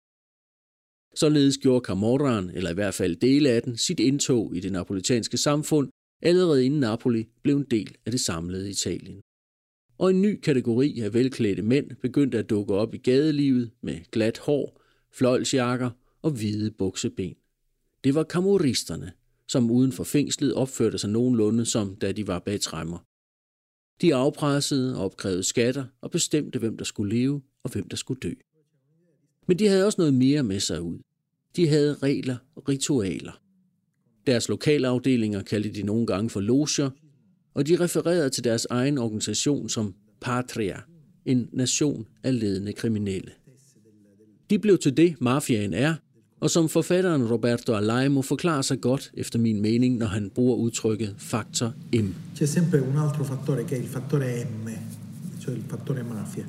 Således gjorde Camorraen, eller i hvert fald dele af den, sit indtog i det napolitanske samfund, allerede inden Napoli blev en del af det samlede Italien. Og en ny kategori af velklædte mænd begyndte at dukke op i gadelivet med glat hår, fløjlsjakker og hvide bukseben. Det var camorristerne, som uden for fængslet opførte sig nogenlunde som da de var bag tremmer. De afpressede og opkrævede skatter og bestemte, hvem der skulle leve og hvem der skulle dø. Men de havde også noget mere med sig ud. De havde regler og ritualer. Deres lokalafdelinger kaldte de nogle gange for loger, og de refererede til deres egen organisation som patria, en nation af ledende kriminelle. De blev til det, mafiaen er, og som forfatteren Roberto Alaimo forklarer sig godt, efter min mening, når han bruger udtrykket faktor M. C'è sempre un altro fattore che è il fattore M, cioè il fattore mafia.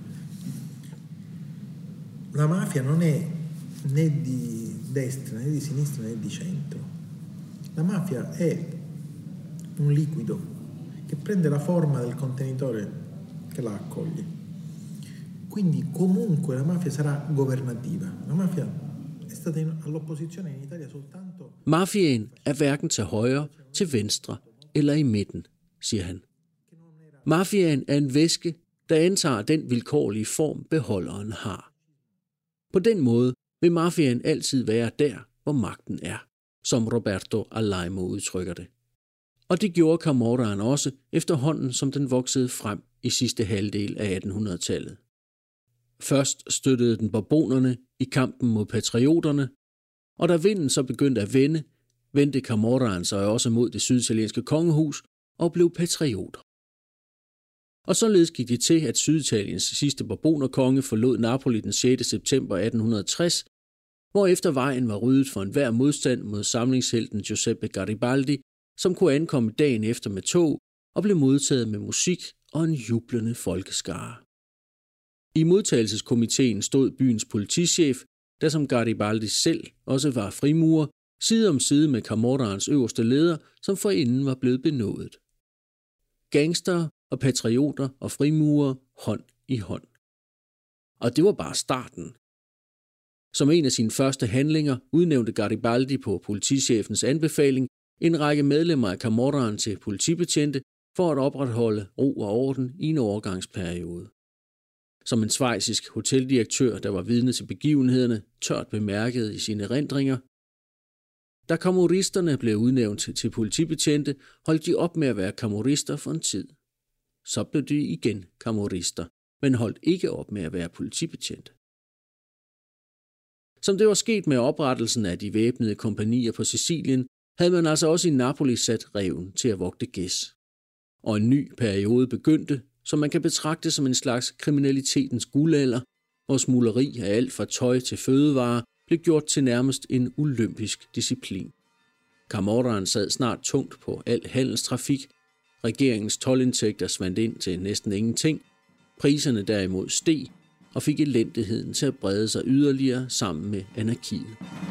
La mafia non è né di destra, né di sinistra, né di centro. La mafia è un liquido che prende la forma del contenitore che la accoglie. Quindi comunque la mafia sarà governativa. La mafia è stata all'opposizione in Italia soltanto... Mafiaen er hverken til højre, til venstre eller i midten, siger han. Mafiaen er en væske, der antager den vilkårlige form, beholderen har. På den måde vil mafiaen altid være der, hvor magten er, som Roberto Alaimo udtrykker det. Og det gjorde Camorraen også efterhånden, som den voksede frem i sidste halvdel af attenhundredetallet. Først støttede den bourbonerne i kampen mod patrioterne, og da vinden så begyndte at vende, vendte Camorraen sig også mod det syditalienske kongehus og blev patrioter. Og således gik det til, at Syditaliens sidste bourbonerkonge forlod Napoli den sjette september attenhundredetres, hvorefter vejen var ryddet for enhver modstand mod samlingshelten Giuseppe Garibaldi, som kunne ankomme dagen efter med tog og blev modtaget med musik og en jublende folkeskare. I modtagelseskomiteen stod byens politichef, der som Garibaldi selv også var frimurer, side om side med Camorraens øverste leder, som forinden var blevet benådet. Gangstere og patrioter og frimurer hånd i hånd. Og det var bare starten. Som en af sine første handlinger udnævnte Garibaldi på politichefens anbefaling en række medlemmer af Camorraen til politibetjente for at opretholde ro og orden i en overgangsperiode. Som en schweizisk hoteldirektør, der var vidne til begivenhederne, tørt bemærkede i sine erindringer: da camorristerne blev udnævnt til politibetjente, holdt de op med at være camorrister for en tid. Så blev de igen camorrister, men holdt ikke op med at være politibetjente. Som det var sket med oprettelsen af de væbnede kompagnier på Sicilien, havde man altså også i Napoli sat ræven til at vogte gæs. Og en ny periode begyndte, som man kan betragte som en slags kriminalitetens guldalder, hvor smugleri af alt fra tøj til fødevarer blev gjort til nærmest en olympisk disciplin. Camorraen sad snart tungt på al handelstrafik, regeringens toldindtægter svandt ind til næsten ingenting, priserne derimod steg og fik elendigheden til at brede sig yderligere sammen med anarkiet.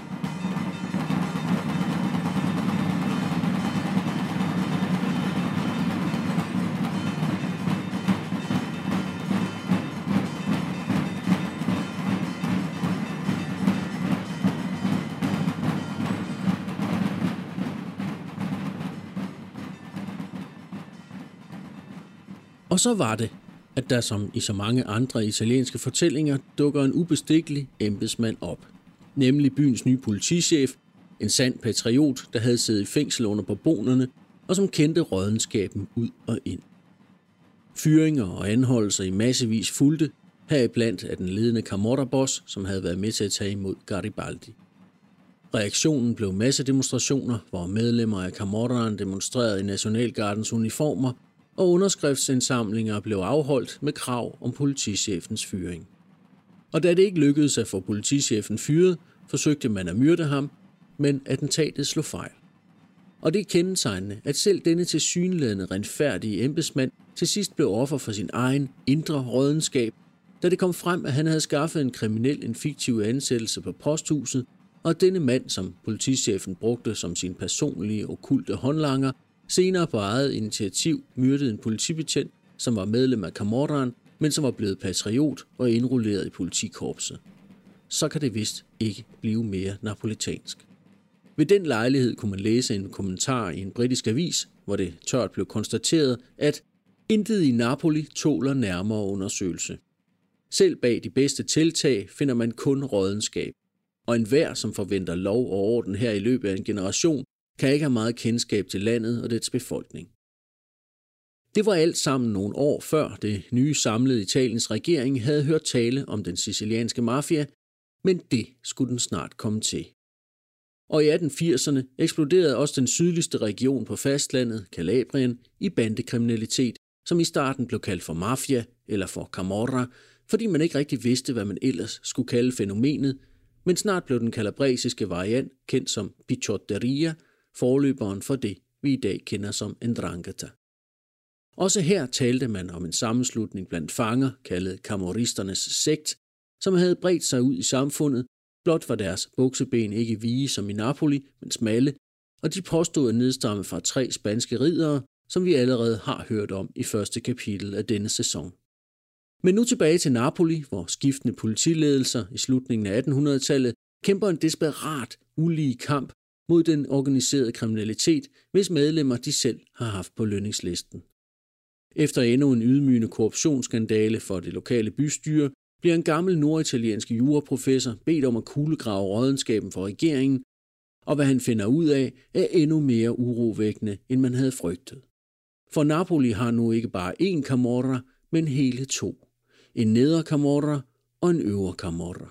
Og så var det, at der som i så mange andre italienske fortællinger dukker en ubestikkelig embedsmand op. Nemlig byens nye politichef, en sand patriot, der havde siddet i fængsel under bourbonerne og som kendte rådenskaben ud og ind. Fyringer og anholdelser i massevis fulgte, heriblandt af den ledende Camorra-boss, som havde været med til at tage imod Garibaldi. Reaktionen blev massedemonstrationer, hvor medlemmer af Camorraen demonstrerede i Nationalgardens uniformer, og underskriftsindsamlinger blev afholdt med krav om politichefens fyring. Og da det ikke lykkedes at få politichefen fyret, forsøgte man at myrde ham, men attentatet slog fejl. Og det er kendetegnende, at selv denne tilsyneladende renfærdige embedsmand til sidst blev offer for sin egen indre rådenskab, da det kom frem, at han havde skaffet en kriminel en fiktiv ansættelse på posthuset, og at denne mand, som politichefen brugte som sin personlige okkulte håndlanger, senere på eget initiativ myrdede en politibetjent, som var medlem af Camorraen, men som var blevet patriot og indrulleret i politikorpset. Så kan det vist ikke blive mere napolitansk. Ved den lejlighed kunne man læse en kommentar i en britisk avis, hvor det tørt blev konstateret, at intet i Napoli tåler nærmere undersøgelse. Selv bag de bedste tiltag finder man kun rådenskab, og enhver, som forventer lov og orden her i løbet af en generation, kan ikke have meget kendskab til landet og dets befolkning. Det var alt sammen nogle år før det nye samlede Italiens regering havde hørt tale om den sicilianske mafia, men det skulle den snart komme til. Og i atten firserne eksploderede også den sydligste region på fastlandet, Calabrien, i bandekriminalitet, som i starten blev kaldt for mafia eller for Camorra, fordi man ikke rigtig vidste, hvad man ellers skulle kalde fænomenet, men snart blev den calabresiske variant kendt som Pichotteria, forløberen for det, vi i dag kender som Ndrangheta. Også her talte man om en sammenslutning blandt fanger, kaldet Camorristernes sekt, som havde bredt sig ud i samfundet, blot var deres bukseben ikke vige som i Napoli, men smalle, og de påstod at nedstamme fra tre spanske riddere, som vi allerede har hørt om i første kapitel af denne sæson. Men nu tilbage til Napoli, hvor skiftende politiledelser i slutningen af attenhundredetallet kæmper en desperat, ulige kamp mod den organiserede kriminalitet, hvis medlemmer de selv har haft på lønningslisten. Efter endnu en ydmygende korruptionsskandale for det lokale bystyre, bliver en gammel norditaliensk juraprofessor bedt om at kuglegrave rådenskaben for regeringen, og hvad han finder ud af, er endnu mere urovækkende, end man havde frygtet. For Napoli har nu ikke bare én Camorra, men hele to. En nedre Camorra og en øvre Camorra.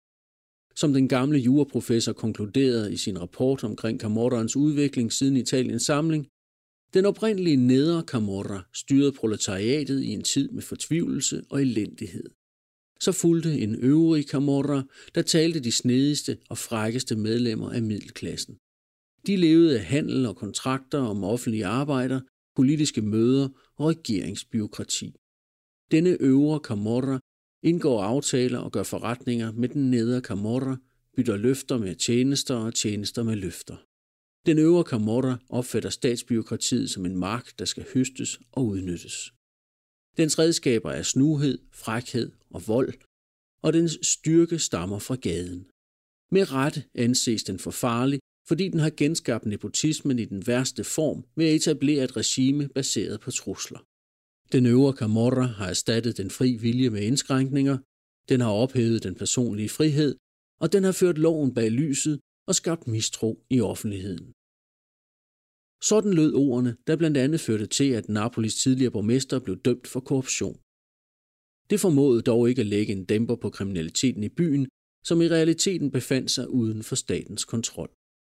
Som den gamle juraprofessor konkluderede i sin rapport omkring Camorraens udvikling siden Italiens samling, den oprindelige nedre Camorra styrede proletariatet i en tid med fortvivlelse og elendighed. Så fulgte en øvrig Camorra, der talte de snedigste og frækkeste medlemmer af middelklassen. De levede af handel og kontrakter om offentlige arbejder, politiske møder og regeringsbyråkrati. Denne øvre Camorra indgår aftaler og gør forretninger med den nedre Camorra, bytter løfter med tjenester og tjenester med løfter. Den øvre Camorra opfatter statsbyråkratiet som en mark, der skal høstes og udnyttes. Dens redskaber er snuhed, frækhed og vold, og dens styrke stammer fra gaden. Med rette anses den for farlig, fordi den har genskabt nepotismen i den værste form ved at etablere et regime baseret på trusler. Den øvre Camorra har erstattet den fri vilje med indskrænkninger, den har ophævet den personlige frihed, og den har ført loven bag lyset og skabt mistro i offentligheden. Sådan lød ordene, der blandt andet førte til, at Napolis tidligere borgmester blev dømt for korruption. Det formåede dog ikke at lægge en dæmper på kriminaliteten i byen, som i realiteten befandt sig uden for statens kontrol.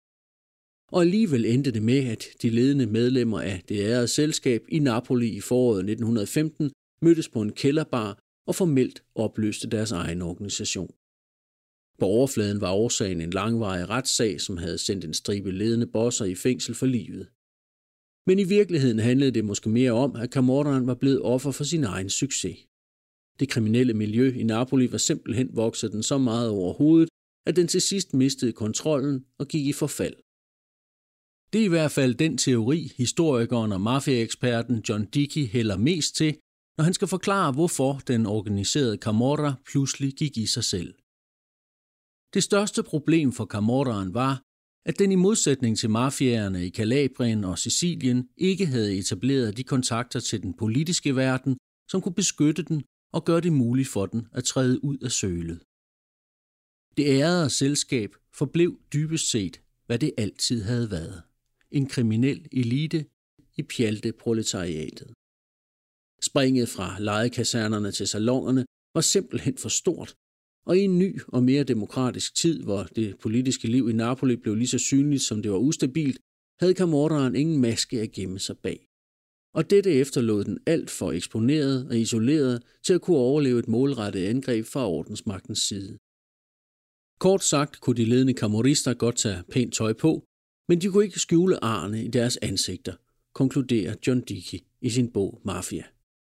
Og alligevel endte det med, at de ledende medlemmer af det ærede selskab i Napoli i foråret nitten femten mødtes på en kælderbar og formelt opløste deres egen organisation. På overfladen var årsagen en langvarig retssag, som havde sendt en stribe ledende bosser i fængsel for livet. Men i virkeligheden handlede det måske mere om, at Camorraen var blevet offer for sin egen succes. Det kriminelle miljø i Napoli var simpelthen vokset den så meget over hovedet, at den til sidst mistede kontrollen og gik i forfald. Det er i hvert fald den teori, historikeren og mafiaeksperten John Dickey hælder mest til, når han skal forklare, hvorfor den organiserede Camorra pludselig gik i sig selv. Det største problem for Camorraen var, at den i modsætning til mafiaerne i Calabrien og Sicilien ikke havde etableret de kontakter til den politiske verden, som kunne beskytte den og gøre det muligt for den at træde ud af sølet. Det ærede selskab forblev dybest set, hvad det altid havde været. En kriminel elite i pjalte proletariatet. Springet fra legekasernerne til salonerne var simpelthen for stort, og i en ny og mere demokratisk tid, hvor det politiske liv i Napoli blev lige så synligt, som det var ustabilt, havde Camorraen ingen maske at gemme sig bag. Og dette efterlod den alt for eksponeret og isoleret til at kunne overleve et målrettet angreb fra ordensmagtens side. Kort sagt kunne de ledende camorrister godt tage pænt tøj på, men de kunne ikke skjule arne i deres ansigter, konkluderer John Dickey i sin bog Mafia.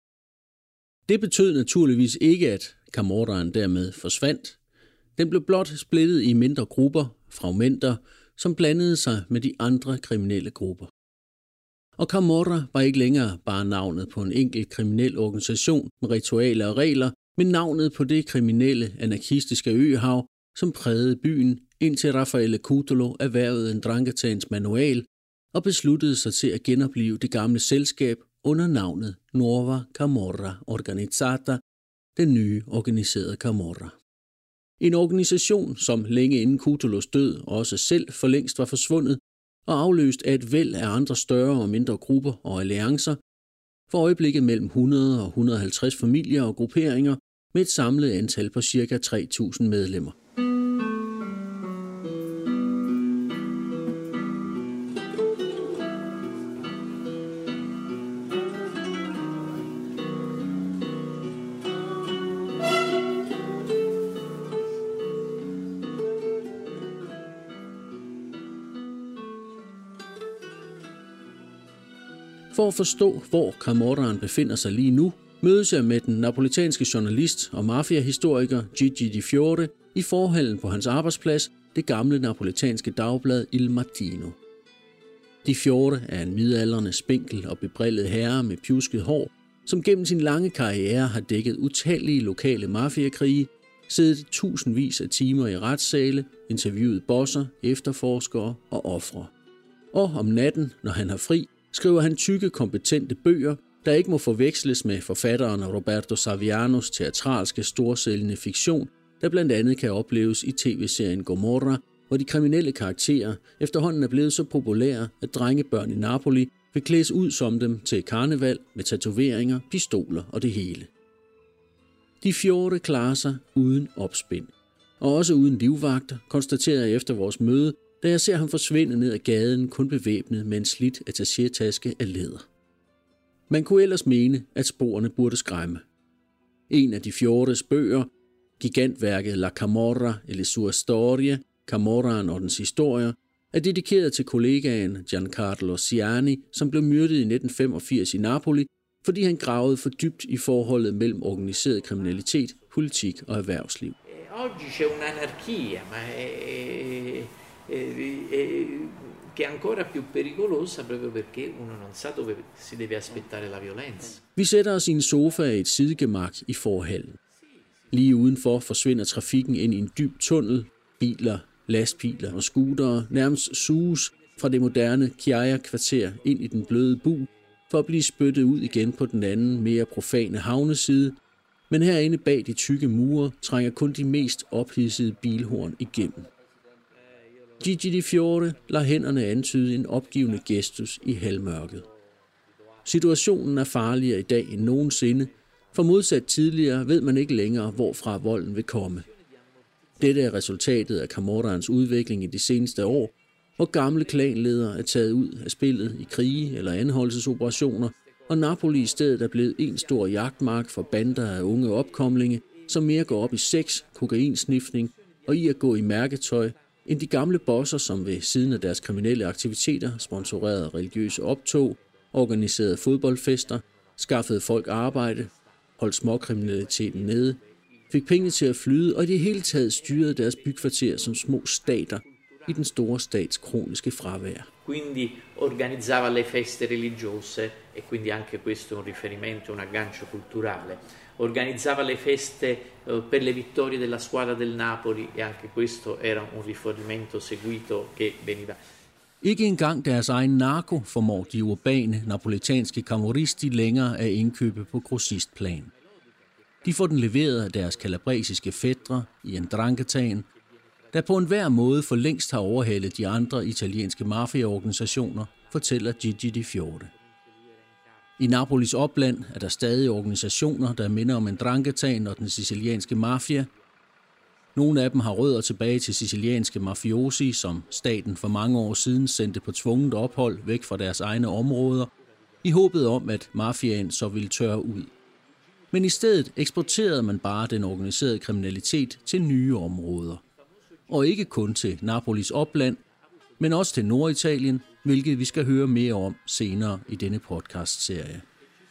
Det betød naturligvis ikke, at Camorraen dermed forsvandt. Den blev blot splittet i mindre grupper, fragmenter, som blandede sig med de andre kriminelle grupper. Og Camorra var ikke længere bare navnet på en enkelt kriminel organisation med ritualer og regler, men navnet på det kriminelle, anarkistiske øhav, som prægede byen, indtil Raffaele Cutolo erhvervede en Dranghetaens manual og besluttede sig til at genoplive det gamle selskab under navnet Nuova Camorra Organizzata, den nye organiserede Camorra. En organisation, som længe inden Cutolos død også selv for længst var forsvundet og afløst af et væld af andre større og mindre grupper og alliancer, for øjeblikket mellem hundrede og et hundrede og halvtreds familier og grupperinger med et samlet antal på ca. tre tusind medlemmer. For at forstå, hvor Camorraen befinder sig lige nu, mødes jeg med den napolitanske journalist og mafiahistoriker Gigi Di Fiore i forhallen på hans arbejdsplads, det gamle napolitanske dagblad Il Mattino. Di Fiore er en midaldrende, spinkel og bebrillet herre med pjusket hår, som gennem sin lange karriere har dækket utallige lokale mafiakrige, siddet tusindvis af timer i retssale, interviewet bosser, efterforskere og ofre. Og om natten, når han har fri, skriver han tykke, kompetente bøger, der ikke må forveksles med forfatteren Roberto Savianos teatralske, storsælgende fiktion, der blandt andet kan opleves i tv-serien Gomorra, hvor de kriminelle karakterer efterhånden er blevet så populære, at drengebørn i Napoli vil klædes ud som dem til karneval med tatoveringer, pistoler og det hele. Di Fiore klarer sig uden opspind, og også uden livvagter, konstaterer jeg efter vores møde, da jeg ser ham forsvinde ned ad gaden, kun bevæbnet med en slidt attaché-taske af læder. Man kunne ellers mene, at sporene burde skræmme. En af Di Fiores bøger, gigantværket La Camorra e le sue storie, Camorraen og dens historier, er dedikeret til kollegaen Giancarlo Siani, som blev myrdet i nitten femogfirs i Napoli, fordi han gravede for dybt i forholdet mellem organiseret kriminalitet, politik og erhvervsliv. Oggi c'è un'anarchia, ma è, è, che è ancora più pericolosa proprio perché uno non sa dove si deve aspettare la violenza. Vi sætter os i en sofa i et sidegemak i forhallen. Lige udenfor forsvinder trafikken ind i en dyb tunnel. Biler, lastbiler og scootere nærmest suges fra det moderne Chiaia-kvarter ind i den bløde bu, for at blive spyttet ud igen på den anden, mere profane havneside. Men herinde bag de tykke mure trænger kun de mest ophidsede bilhorn igennem. Gigi Di Fiore lader hænderne antyde en opgivende gestus i halvmørket. Situationen er farligere i dag end nogensinde, for modsat tidligere ved man ikke længere, hvorfra volden vil komme. Dette er resultatet af Camorraens udvikling i de seneste år, hvor gamle klanledere er taget ud af spillet i krige eller anholdelsesoperationer, og Napoli i stedet er blevet en stor jagtmark for bander af unge opkomlinge, som mere går op i sex, kokainsniffning og i at gå i mærketøj, end de gamle bosser, som ved siden af deres kriminelle aktiviteter sponsorerede religiøse optog, organiserede fodboldfester, skaffede folk arbejde, holdt småkriminaliteten nede, fik penge til at flyde og i det hele taget styrede deres bykvarter som små stater i den store stats kroniske fravær. Quindi organizzava le feste religiose, e quindi anche questo è un riferimento, un aggancio culturale. Organizzava le feste per le vittorie della squadra del Napoli, e anche questo era un riferimento seguito che veniva. Ikke engang deres egen narko formår de urbane napolitanske camorristi længere at indkøbe på grossistplan. De får den leveret af deres calabresiske fætre i Ndranghetaen, der på enhver måde for længst har overhalet de andre italienske mafiaorganisationer, fortæller Gigi Di Fiore. I Napolis opland er der stadig organisationer, der minder om Ndranghetaen og den sicilianske mafia. Nogle af dem har rødder tilbage til sicilianske mafiosi, som staten for mange år siden sendte på tvunget ophold væk fra deres egne områder, i håbet om, at mafiaen så ville tørre ud. Men i stedet eksporterede man bare den organiserede kriminalitet til nye områder. Og ikke kun til Napolis opland, men også til Norditalien, hvilket vi skal høre mere om senere i denne podcastserie.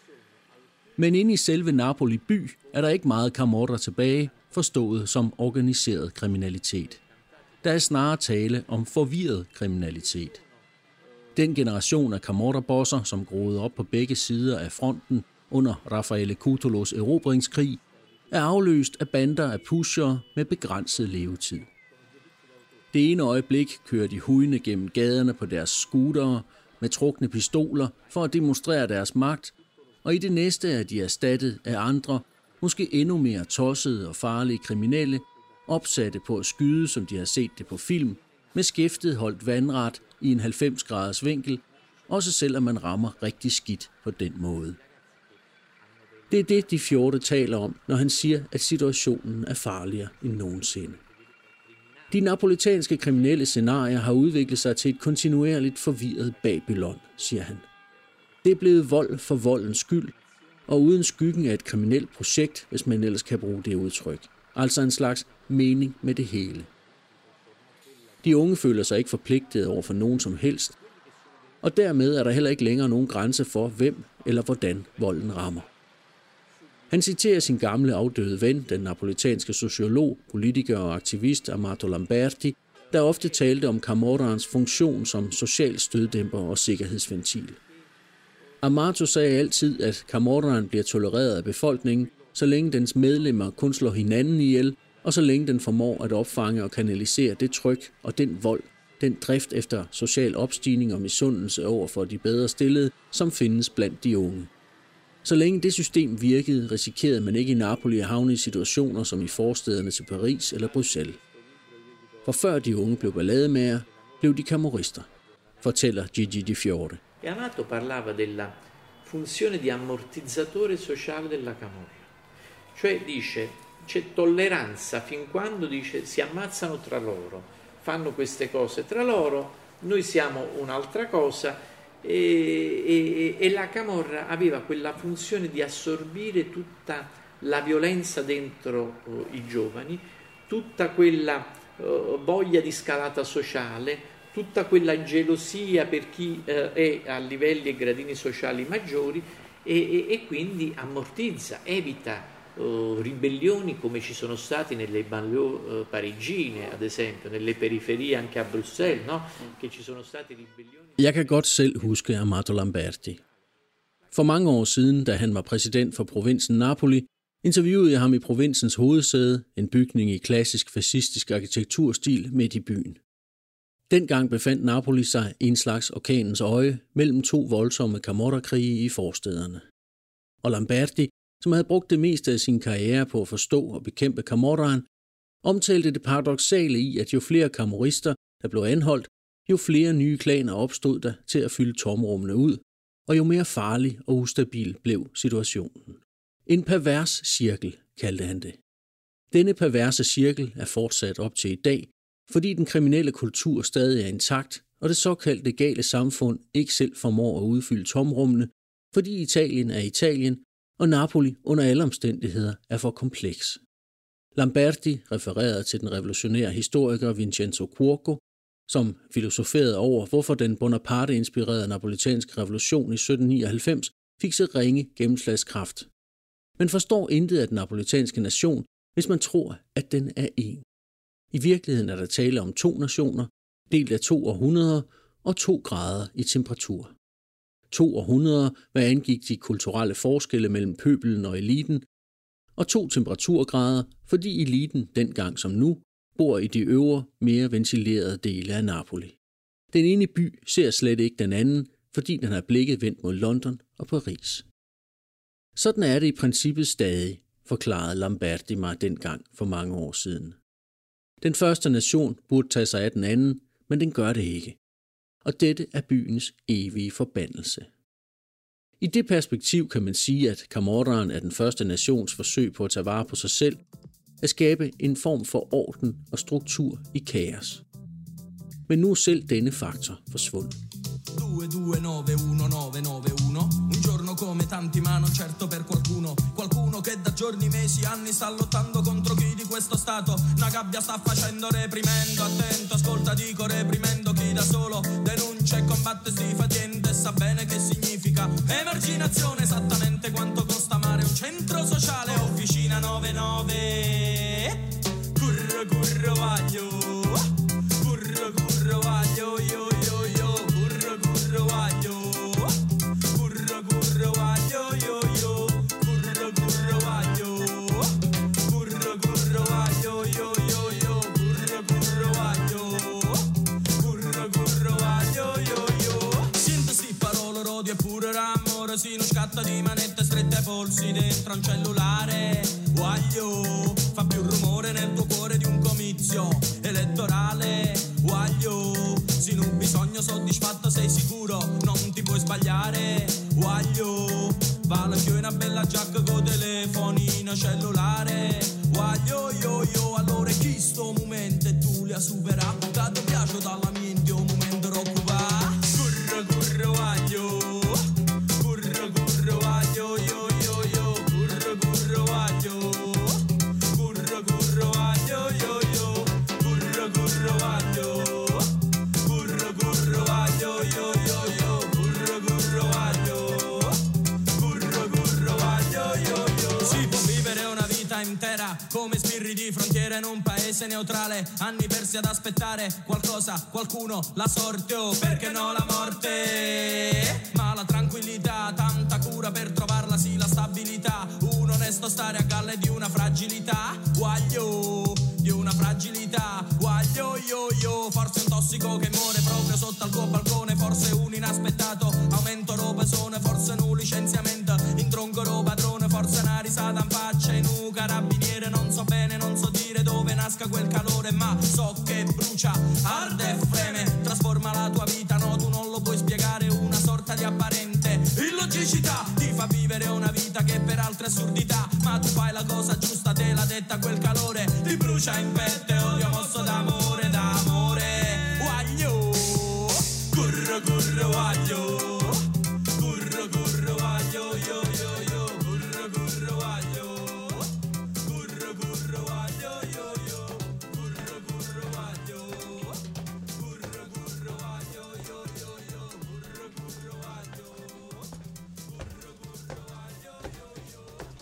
Men inde i selve Napoli by er der ikke meget camorra tilbage, forstået som organiseret kriminalitet. Der er snarere tale om forvirret kriminalitet. Den generation af camorra-bosser, som groede op på begge sider af fronten under Raffaele Cutulos erobringskrig, er afløst af bander af pushere med begrænset levetid. Det ene øjeblik kører de hujende gennem gaderne på deres scootere med trukne pistoler for at demonstrere deres magt, og i det næste er de erstattet af andre, måske endnu mere tossede og farlige kriminelle, opsatte på at skyde, som de har set det på film, med skæftet holdt vandret i en halvfems graders vinkel, også selvom man rammer rigtig skidt på den måde. Det er det, Di Fiore taler om, når han siger, at situationen er farligere end nogensinde. De napolitanske kriminelle scenarier har udviklet sig til et kontinuerligt forvirret Babylon, siger han. Det er blevet vold for voldens skyld, og uden skyggen af et kriminelt projekt, hvis man ellers kan bruge det udtryk. Altså en slags mening med det hele. De unge føler sig ikke forpligtet over for nogen som helst, og dermed er der heller ikke længere nogen grænse for, hvem eller hvordan volden rammer. Han citerer sin gamle afdøde ven, den napolitanske sociolog, politiker og aktivist Amato Lamberti, der ofte talte om camorraens funktion som social støddæmper og sikkerhedsventil. Amato sagde altid, at camorraen bliver tolereret af befolkningen, så længe dens medlemmer kun slår hinanden ihjel, og så længe den formår at opfange og kanalisere det tryk og den vold, den drift efter social opstigning og misundelse over for de bedre stillede, som findes blandt de unge. Så længe det system virkede, risikerede man ikke i Napoli at havne i situationer som i forstederne til Paris eller Bruxelles. For før de unge blev ballademager, blev de camorrister, fortæller Gigi Di Fiore. Amato parlava della funzione di ammortizzatore sociale della camorra. Cioè dice, c'è tolleranza fin quando dice si ammazzano tra loro, fanno queste cose tra loro, noi siamo un'altra cosa. E, e, e la camorra aveva quella funzione di assorbire tutta la violenza dentro uh, i giovani, tutta quella uh, voglia di scalata sociale, tutta quella gelosia per chi uh, è a livelli e gradini sociali maggiori e, e, e quindi ammortizza, evita uh, ribellioni come ci sono stati nelle banlieue uh, parigine, ad esempio, nelle periferie anche a Bruxelles, no? Che ci sono stati ribellioni. Jeg kan godt selv huske Amato Lamberti. For mange år siden, da han var præsident for provinsen Napoli, interviewede jeg ham i provinsens hovedsæde, en bygning i klassisk fascistisk arkitekturstil midt i byen. Dengang befandt Napoli sig i en slags orkanens øje mellem to voldsomme camorra-krige i forstæderne. Og Lamberti, som havde brugt det meste af sin karriere på at forstå og bekæmpe camorraen, omtalte det paradoksale i, at jo flere camorrister, der blev anholdt, jo flere nye klaner opstod der til at fylde tomrummene ud, og jo mere farlig og ustabil blev situationen. En pervers cirkel, kaldte han det. Denne perverse cirkel er fortsat op til i dag, fordi den kriminelle kultur stadig er intakt, og det såkaldte gale samfund ikke selv formår at udfylde tomrummene, fordi Italien er Italien, og Napoli under alle omstændigheder er for kompleks. Lamberti refererede til den revolutionære historiker Vincenzo Cuoco, som filosoferede over, hvorfor den Bonaparte-inspirerede napolitanske revolution i sytten nioghalvfems fik så ringe gennemslagskraft. Man forstår intet af den napolitanske nation, hvis man tror, at den er én. I virkeligheden er der tale om to nationer, delt af to århundreder og to grader i temperatur. To århundreder, hvad angik de kulturelle forskelle mellem pøbelen og eliten, og to temperaturgrader, fordi eliten, dengang som nu, bor i de øvre, mere ventilerede dele af Napoli. Den ene by ser slet ikke den anden, fordi den har blikket vendt mod London og Paris. Sådan er det i princippet stadig, forklarede Lamberti mig dengang for mange år siden. Den første nation burde tage sig af den anden, men den gør det ikke. Og dette er byens evige forbandelse. I det perspektiv kan man sige, at Camorraen er den første nations forsøg på at tage vare på sig selv, at skabe en form for orden og struktur i kaos. Men nu er selv denne faktor forsvundet. due due nove uno nove nove uno un giorno come tanti ma non certo per qualcuno qualcuno che da giorni mesi anni sta lottando contro chi di questo stato una gabbia sta facendo reprimendo attento ascolta dico reprimendo chi da solo denuncia e combatte sti fatiente sa bene che significa emarginazione esattamente quanto costa amare un centro sociale officina novantanove curro curro vaglio curro curro vaglio io si non scatta di manette strette ai polsi dentro un cellulare guaglio fa più rumore nel tuo cuore di un comizio elettorale guaglio se non bisogno soddisfatto sei sicuro non ti puoi sbagliare guaglio vale più una bella giacca con telefonino cellulare guaglio io io allora chi sto momento e tu li ha superato ti piace dalla mente un momento roccuva curro curro guaglio come sbirri di frontiera in un paese neutrale anni persi ad aspettare qualcosa qualcuno la sorte o perché no la morte ma la tranquillità tanta cura per trovarla sì la stabilità un onesto stare a galle di una fragilità guaglio di una fragilità guaglio io io forse un tossico che muore proprio sotto al tuo balcone forse un inaspettato aumento robesone forse un licenziamento in tronco ro padrone forse una risata in faccia in un carabiniere non so bene non so dire dove nasca quel calore ma so che brucia arde e freme trasforma la tua vita no tu non lo puoi spiegare una sorta di apparente illogicità ti fa vivere una vita che per altre assurdità ma tu fai la cosa giusta te l'ha detta quel calore ti brucia in pette odio mosso d'amore d'amore guaglio curro curro guaglio curro curro guaglio io io io curro curro guaglio curro curro guaglio io io curro curro guaglio curro curro guaglio io io io curro curro guaglio curro curro guaglio io io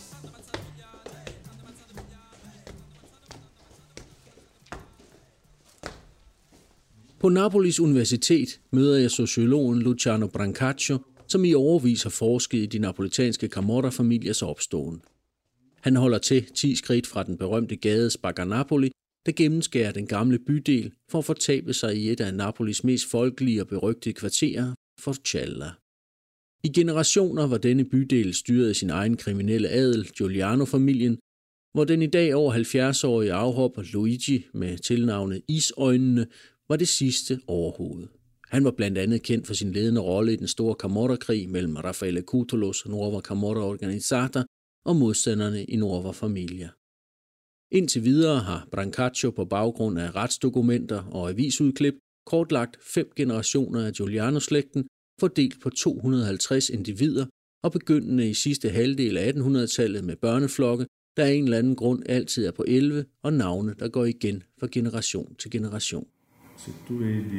På Napolis Universitet møder jeg sociologen Luciano Brancaccio, som i årevis har forsket i de napolitanske Camorra-familiers opståen. Han holder til ti skridt fra den berømte gade Spaga Napoli, der gennemskærer den gamle bydel for at fortabe sig i et af Napolis mest folkelige og berygtede kvarterer, Forcella. I generationer var denne bydel styret af sin egen kriminelle adel, Giuliano-familien, hvor den i dag over halvfjerds-årige afhopper Luigi med tilnavnet Isøjnene var det sidste overhoved. Han var blandt andet kendt for sin ledende rolle i den store Camorra-krig mellem Raffaele Cutulos Nuova Camorra Organizzata og modstanderne i Nuova Familia. Indtil videre har Brancaccio på baggrund af retsdokumenter og avisudklip kortlagt fem generationer af Giuliano-slægten, fordelt på to hundrede og halvtreds individer og begyndende i sidste halvdel af attenhundredetallet med børneflokke, der af en eller anden grund altid er på elleve, og navne, der går igen fra generation til generation. Se tu vedi,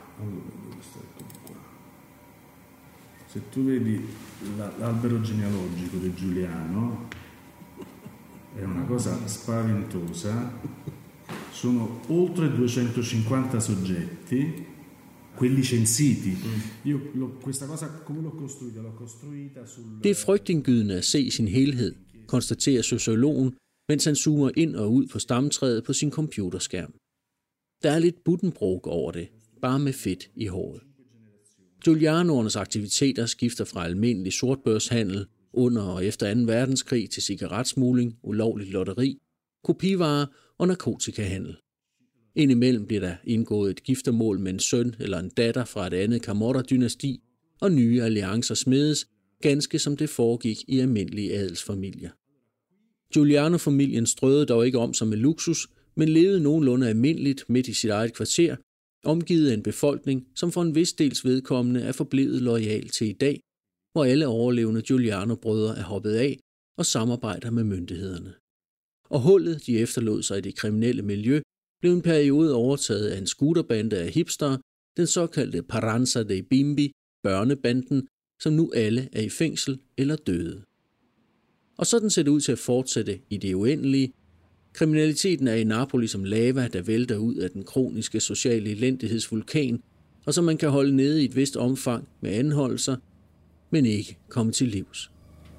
se tu vedi l'albero genealogico di Giuliano, è una cosa spaventosa. Sono oltre duecentocinquanta soggetti, quelli censiti. Io lo, questa cosa come l'ho costruita? L'ho costruita sul... Det er frygtindgydende at se sin helhed, konstaterer sociologen, mens han zoomer ind og ud på stamtræet på sin computerskærm. Der er lidt Buddenbrook over det, bare med fedt i håret. Giulianoernes aktiviteter skifter fra almindelig sortbørshandel under og efter anden verdenskrig til cigaretsmugling, ulovligt lotteri, kopivarer og narkotikahandel. Indimellem bliver der indgået et giftermål med en søn eller en datter fra et andet Camorra-dynasti, og nye alliancer smedes, ganske som det foregik i almindelige adelsfamilier. Giuliano-familien strøede dog ikke om sig med luksus, men levede nogenlunde almindeligt midt i sit eget kvarter, omgivet af en befolkning, som for en vis dels vedkommende er forblevet loyal til i dag, hvor alle overlevende Giuliano-brødre er hoppet af og samarbejder med myndighederne. Og hullet, de efterlod sig i det kriminelle miljø, blev en periode overtaget af en scooterbande af hipstere, den såkaldte Paranza dei Bimbi, børnebanden, som nu alle er i fængsel eller døde. Og sådan ser det ud til at fortsætte i det uendelige. Kriminaliteten er i Napoli som lava, der vælter ud af den kroniske sociale elendighedsvulkan, og som man kan holde nede i et vist omfang med anholdelser, men ikke komme til livs.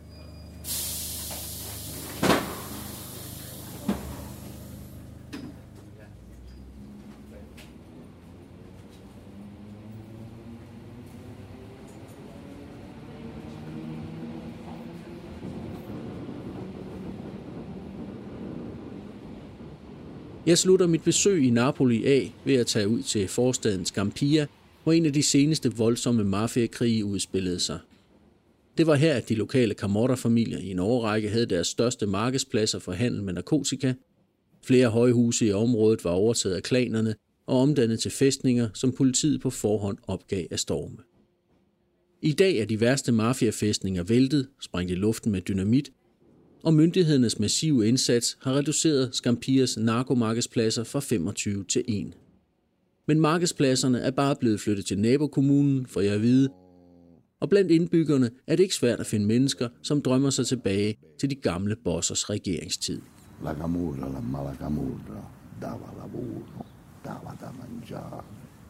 Jeg slutter mit besøg i Napoli af ved at tage ud til forstaden Scampia, hvor en af de seneste voldsomme mafiakrige udspillede sig. Det var her, at de lokale Camorra-familier i en årrække havde deres største markedspladser for handel med narkotika. Flere højhuse i området var overtaget af klanerne og omdannet til fæstninger, som politiet på forhånd opgav af storme. I dag er de værste mafiafæstninger væltet, sprængt i luften med dynamit, og myndighedernes massive indsats har reduceret Scampias narkomarkedspladser fra femogtyve til en. Men markedspladserne er bare blevet flyttet til nabokommunen, for jeg at vide, og blandt indbyggerne er det ikke svært at finde mennesker, som drømmer sig tilbage til de gamle bossers regeringstid. La camorra, la mala camorra, dava lavoro, dava da mangiare.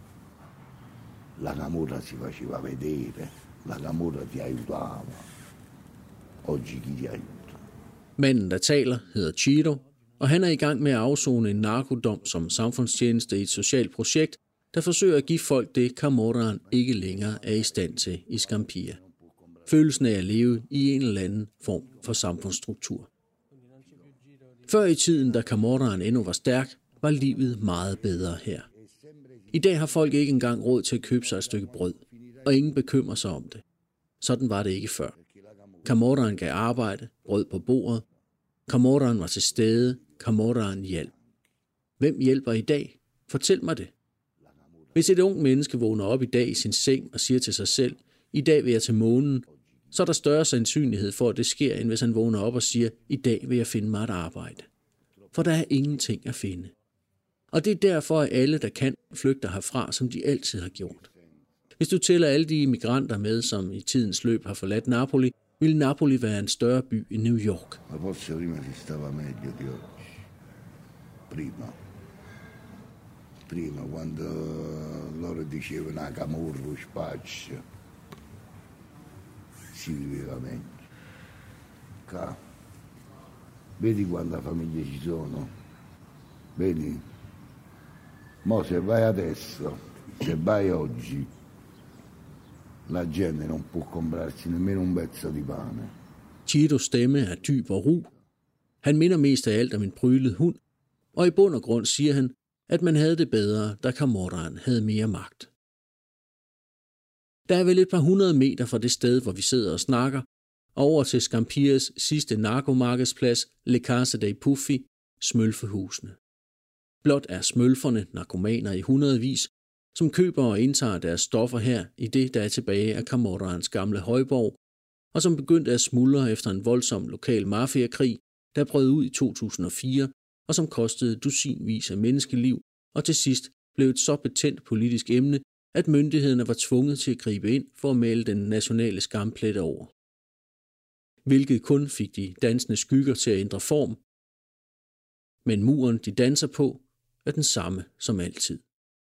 La camorra si faceva vedere, la camorra ti aiutava. Oggi chi ti aiuta? Manden, der taler, hedder Ciro, og han er i gang med at afsone en narkodom som samfundstjeneste i et socialt projekt, der forsøger at give folk det, Camorraen ikke længere er i stand til i Scampia. Følelsen af at leve i en eller anden form for samfundsstruktur. Før i tiden, da Camorraen endnu var stærk, var livet meget bedre her. I dag har folk ikke engang råd til at købe sig et stykke brød, og ingen bekymrer sig om det. Sådan var det ikke før. Camorraen gav arbejde, brød på bordet. Camorraen var til stede. Camorraen hjalp. Hvem hjælper i dag? Fortæl mig det. Hvis et ung menneske vågner op i dag i sin seng og siger til sig selv, i dag vil jeg til månen, så er der større sandsynlighed for, at det sker, end hvis han vågner op og siger, i dag vil jeg finde mig et arbejde. For der er ingenting at finde. Og det er derfor, at alle, der kan, flygter herfra, som de altid har gjort. Hvis du tæller alle de immigranter med, som i tidens løb har forladt Napoli, vil Napoli være en større by end New York. Ma forse prima si stava meglio di oggi. Prima. Prima, quando loro dicevano a Camorra, spaccia, si viveva meglio. Ca. Vedi quanta famiglie ci sono? Vedi? Mo se vai adesso, se vai oggi, la gente non può comprarsi nemmeno un pezzo di pane. Ciros stemme er dyb og ru. Han minder mest af alt om en prylet hund, og i bund og grund siger han, at man havde det bedre, da Camorraen havde mere magt. Der er vel et par hundrede meter fra det sted, hvor vi sidder og snakker, over til Scampias sidste narkomarkedsplads, Le Casa dei Puffi, smølfehusene. Blot er smølferne narkomaner i hundredvis, som køber og indtager deres stoffer her i det, der er tilbage af Camorraens gamle højborg, og som begyndte at smuldre efter en voldsom lokal mafiakrig, der brød ud i to tusind og fire, og som kostede dusinvis af menneskeliv, og til sidst blev et så betændt politisk emne, at myndighederne var tvunget til at gribe ind for at male den nationale skamplet over. Hvilket kun fik de dansende skygger til at ændre form, men muren, de danser på, er den samme som altid.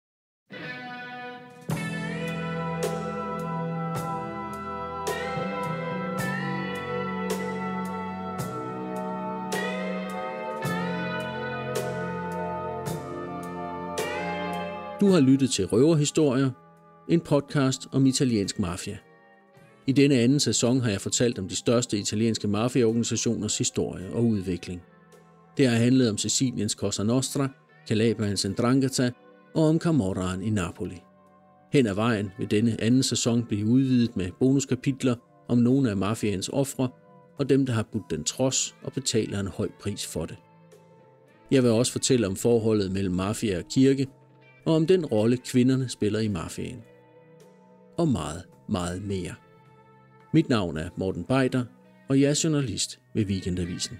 Du har lyttet til Røverhistorier, en podcast om italiensk mafia. I denne anden sæson har jeg fortalt om de største italienske mafiaorganisationers historie og udvikling. Det har handlet om Siciliens Cosa Nostra, Calabriens Ndrangheta og om Camorraen i Napoli. Hen ad vejen vil denne anden sæson blive udvidet med bonuskapitler om nogle af mafiaens ofre og dem, der har budt den trods og betaler en høj pris for det. Jeg vil også fortælle om forholdet mellem mafia og kirke, og om den rolle kvinderne spiller i mafiaen. Og meget, meget mere. Mit navn er Morten Beider, og jeg er journalist ved Weekendavisen.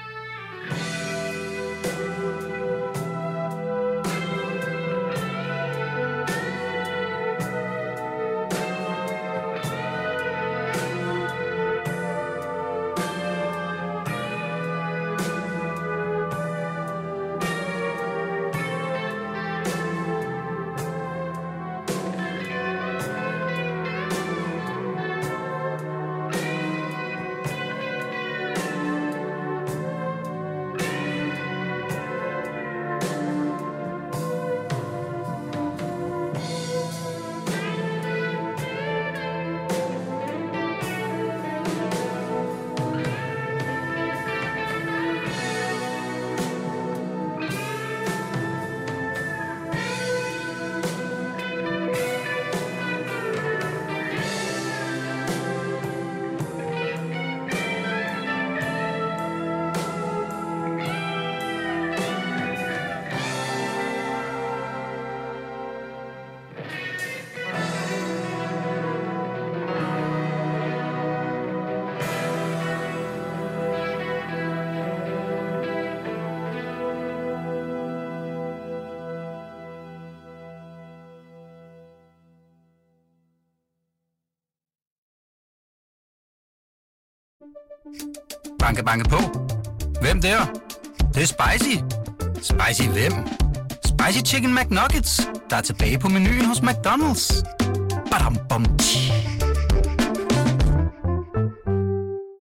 Banke, banke på. Hvem der? Det, det er spicy. Spicy hvem? Spicy Chicken McNuggets, der er tilbage på menuen hos McDonald's. Badum, bom, tji.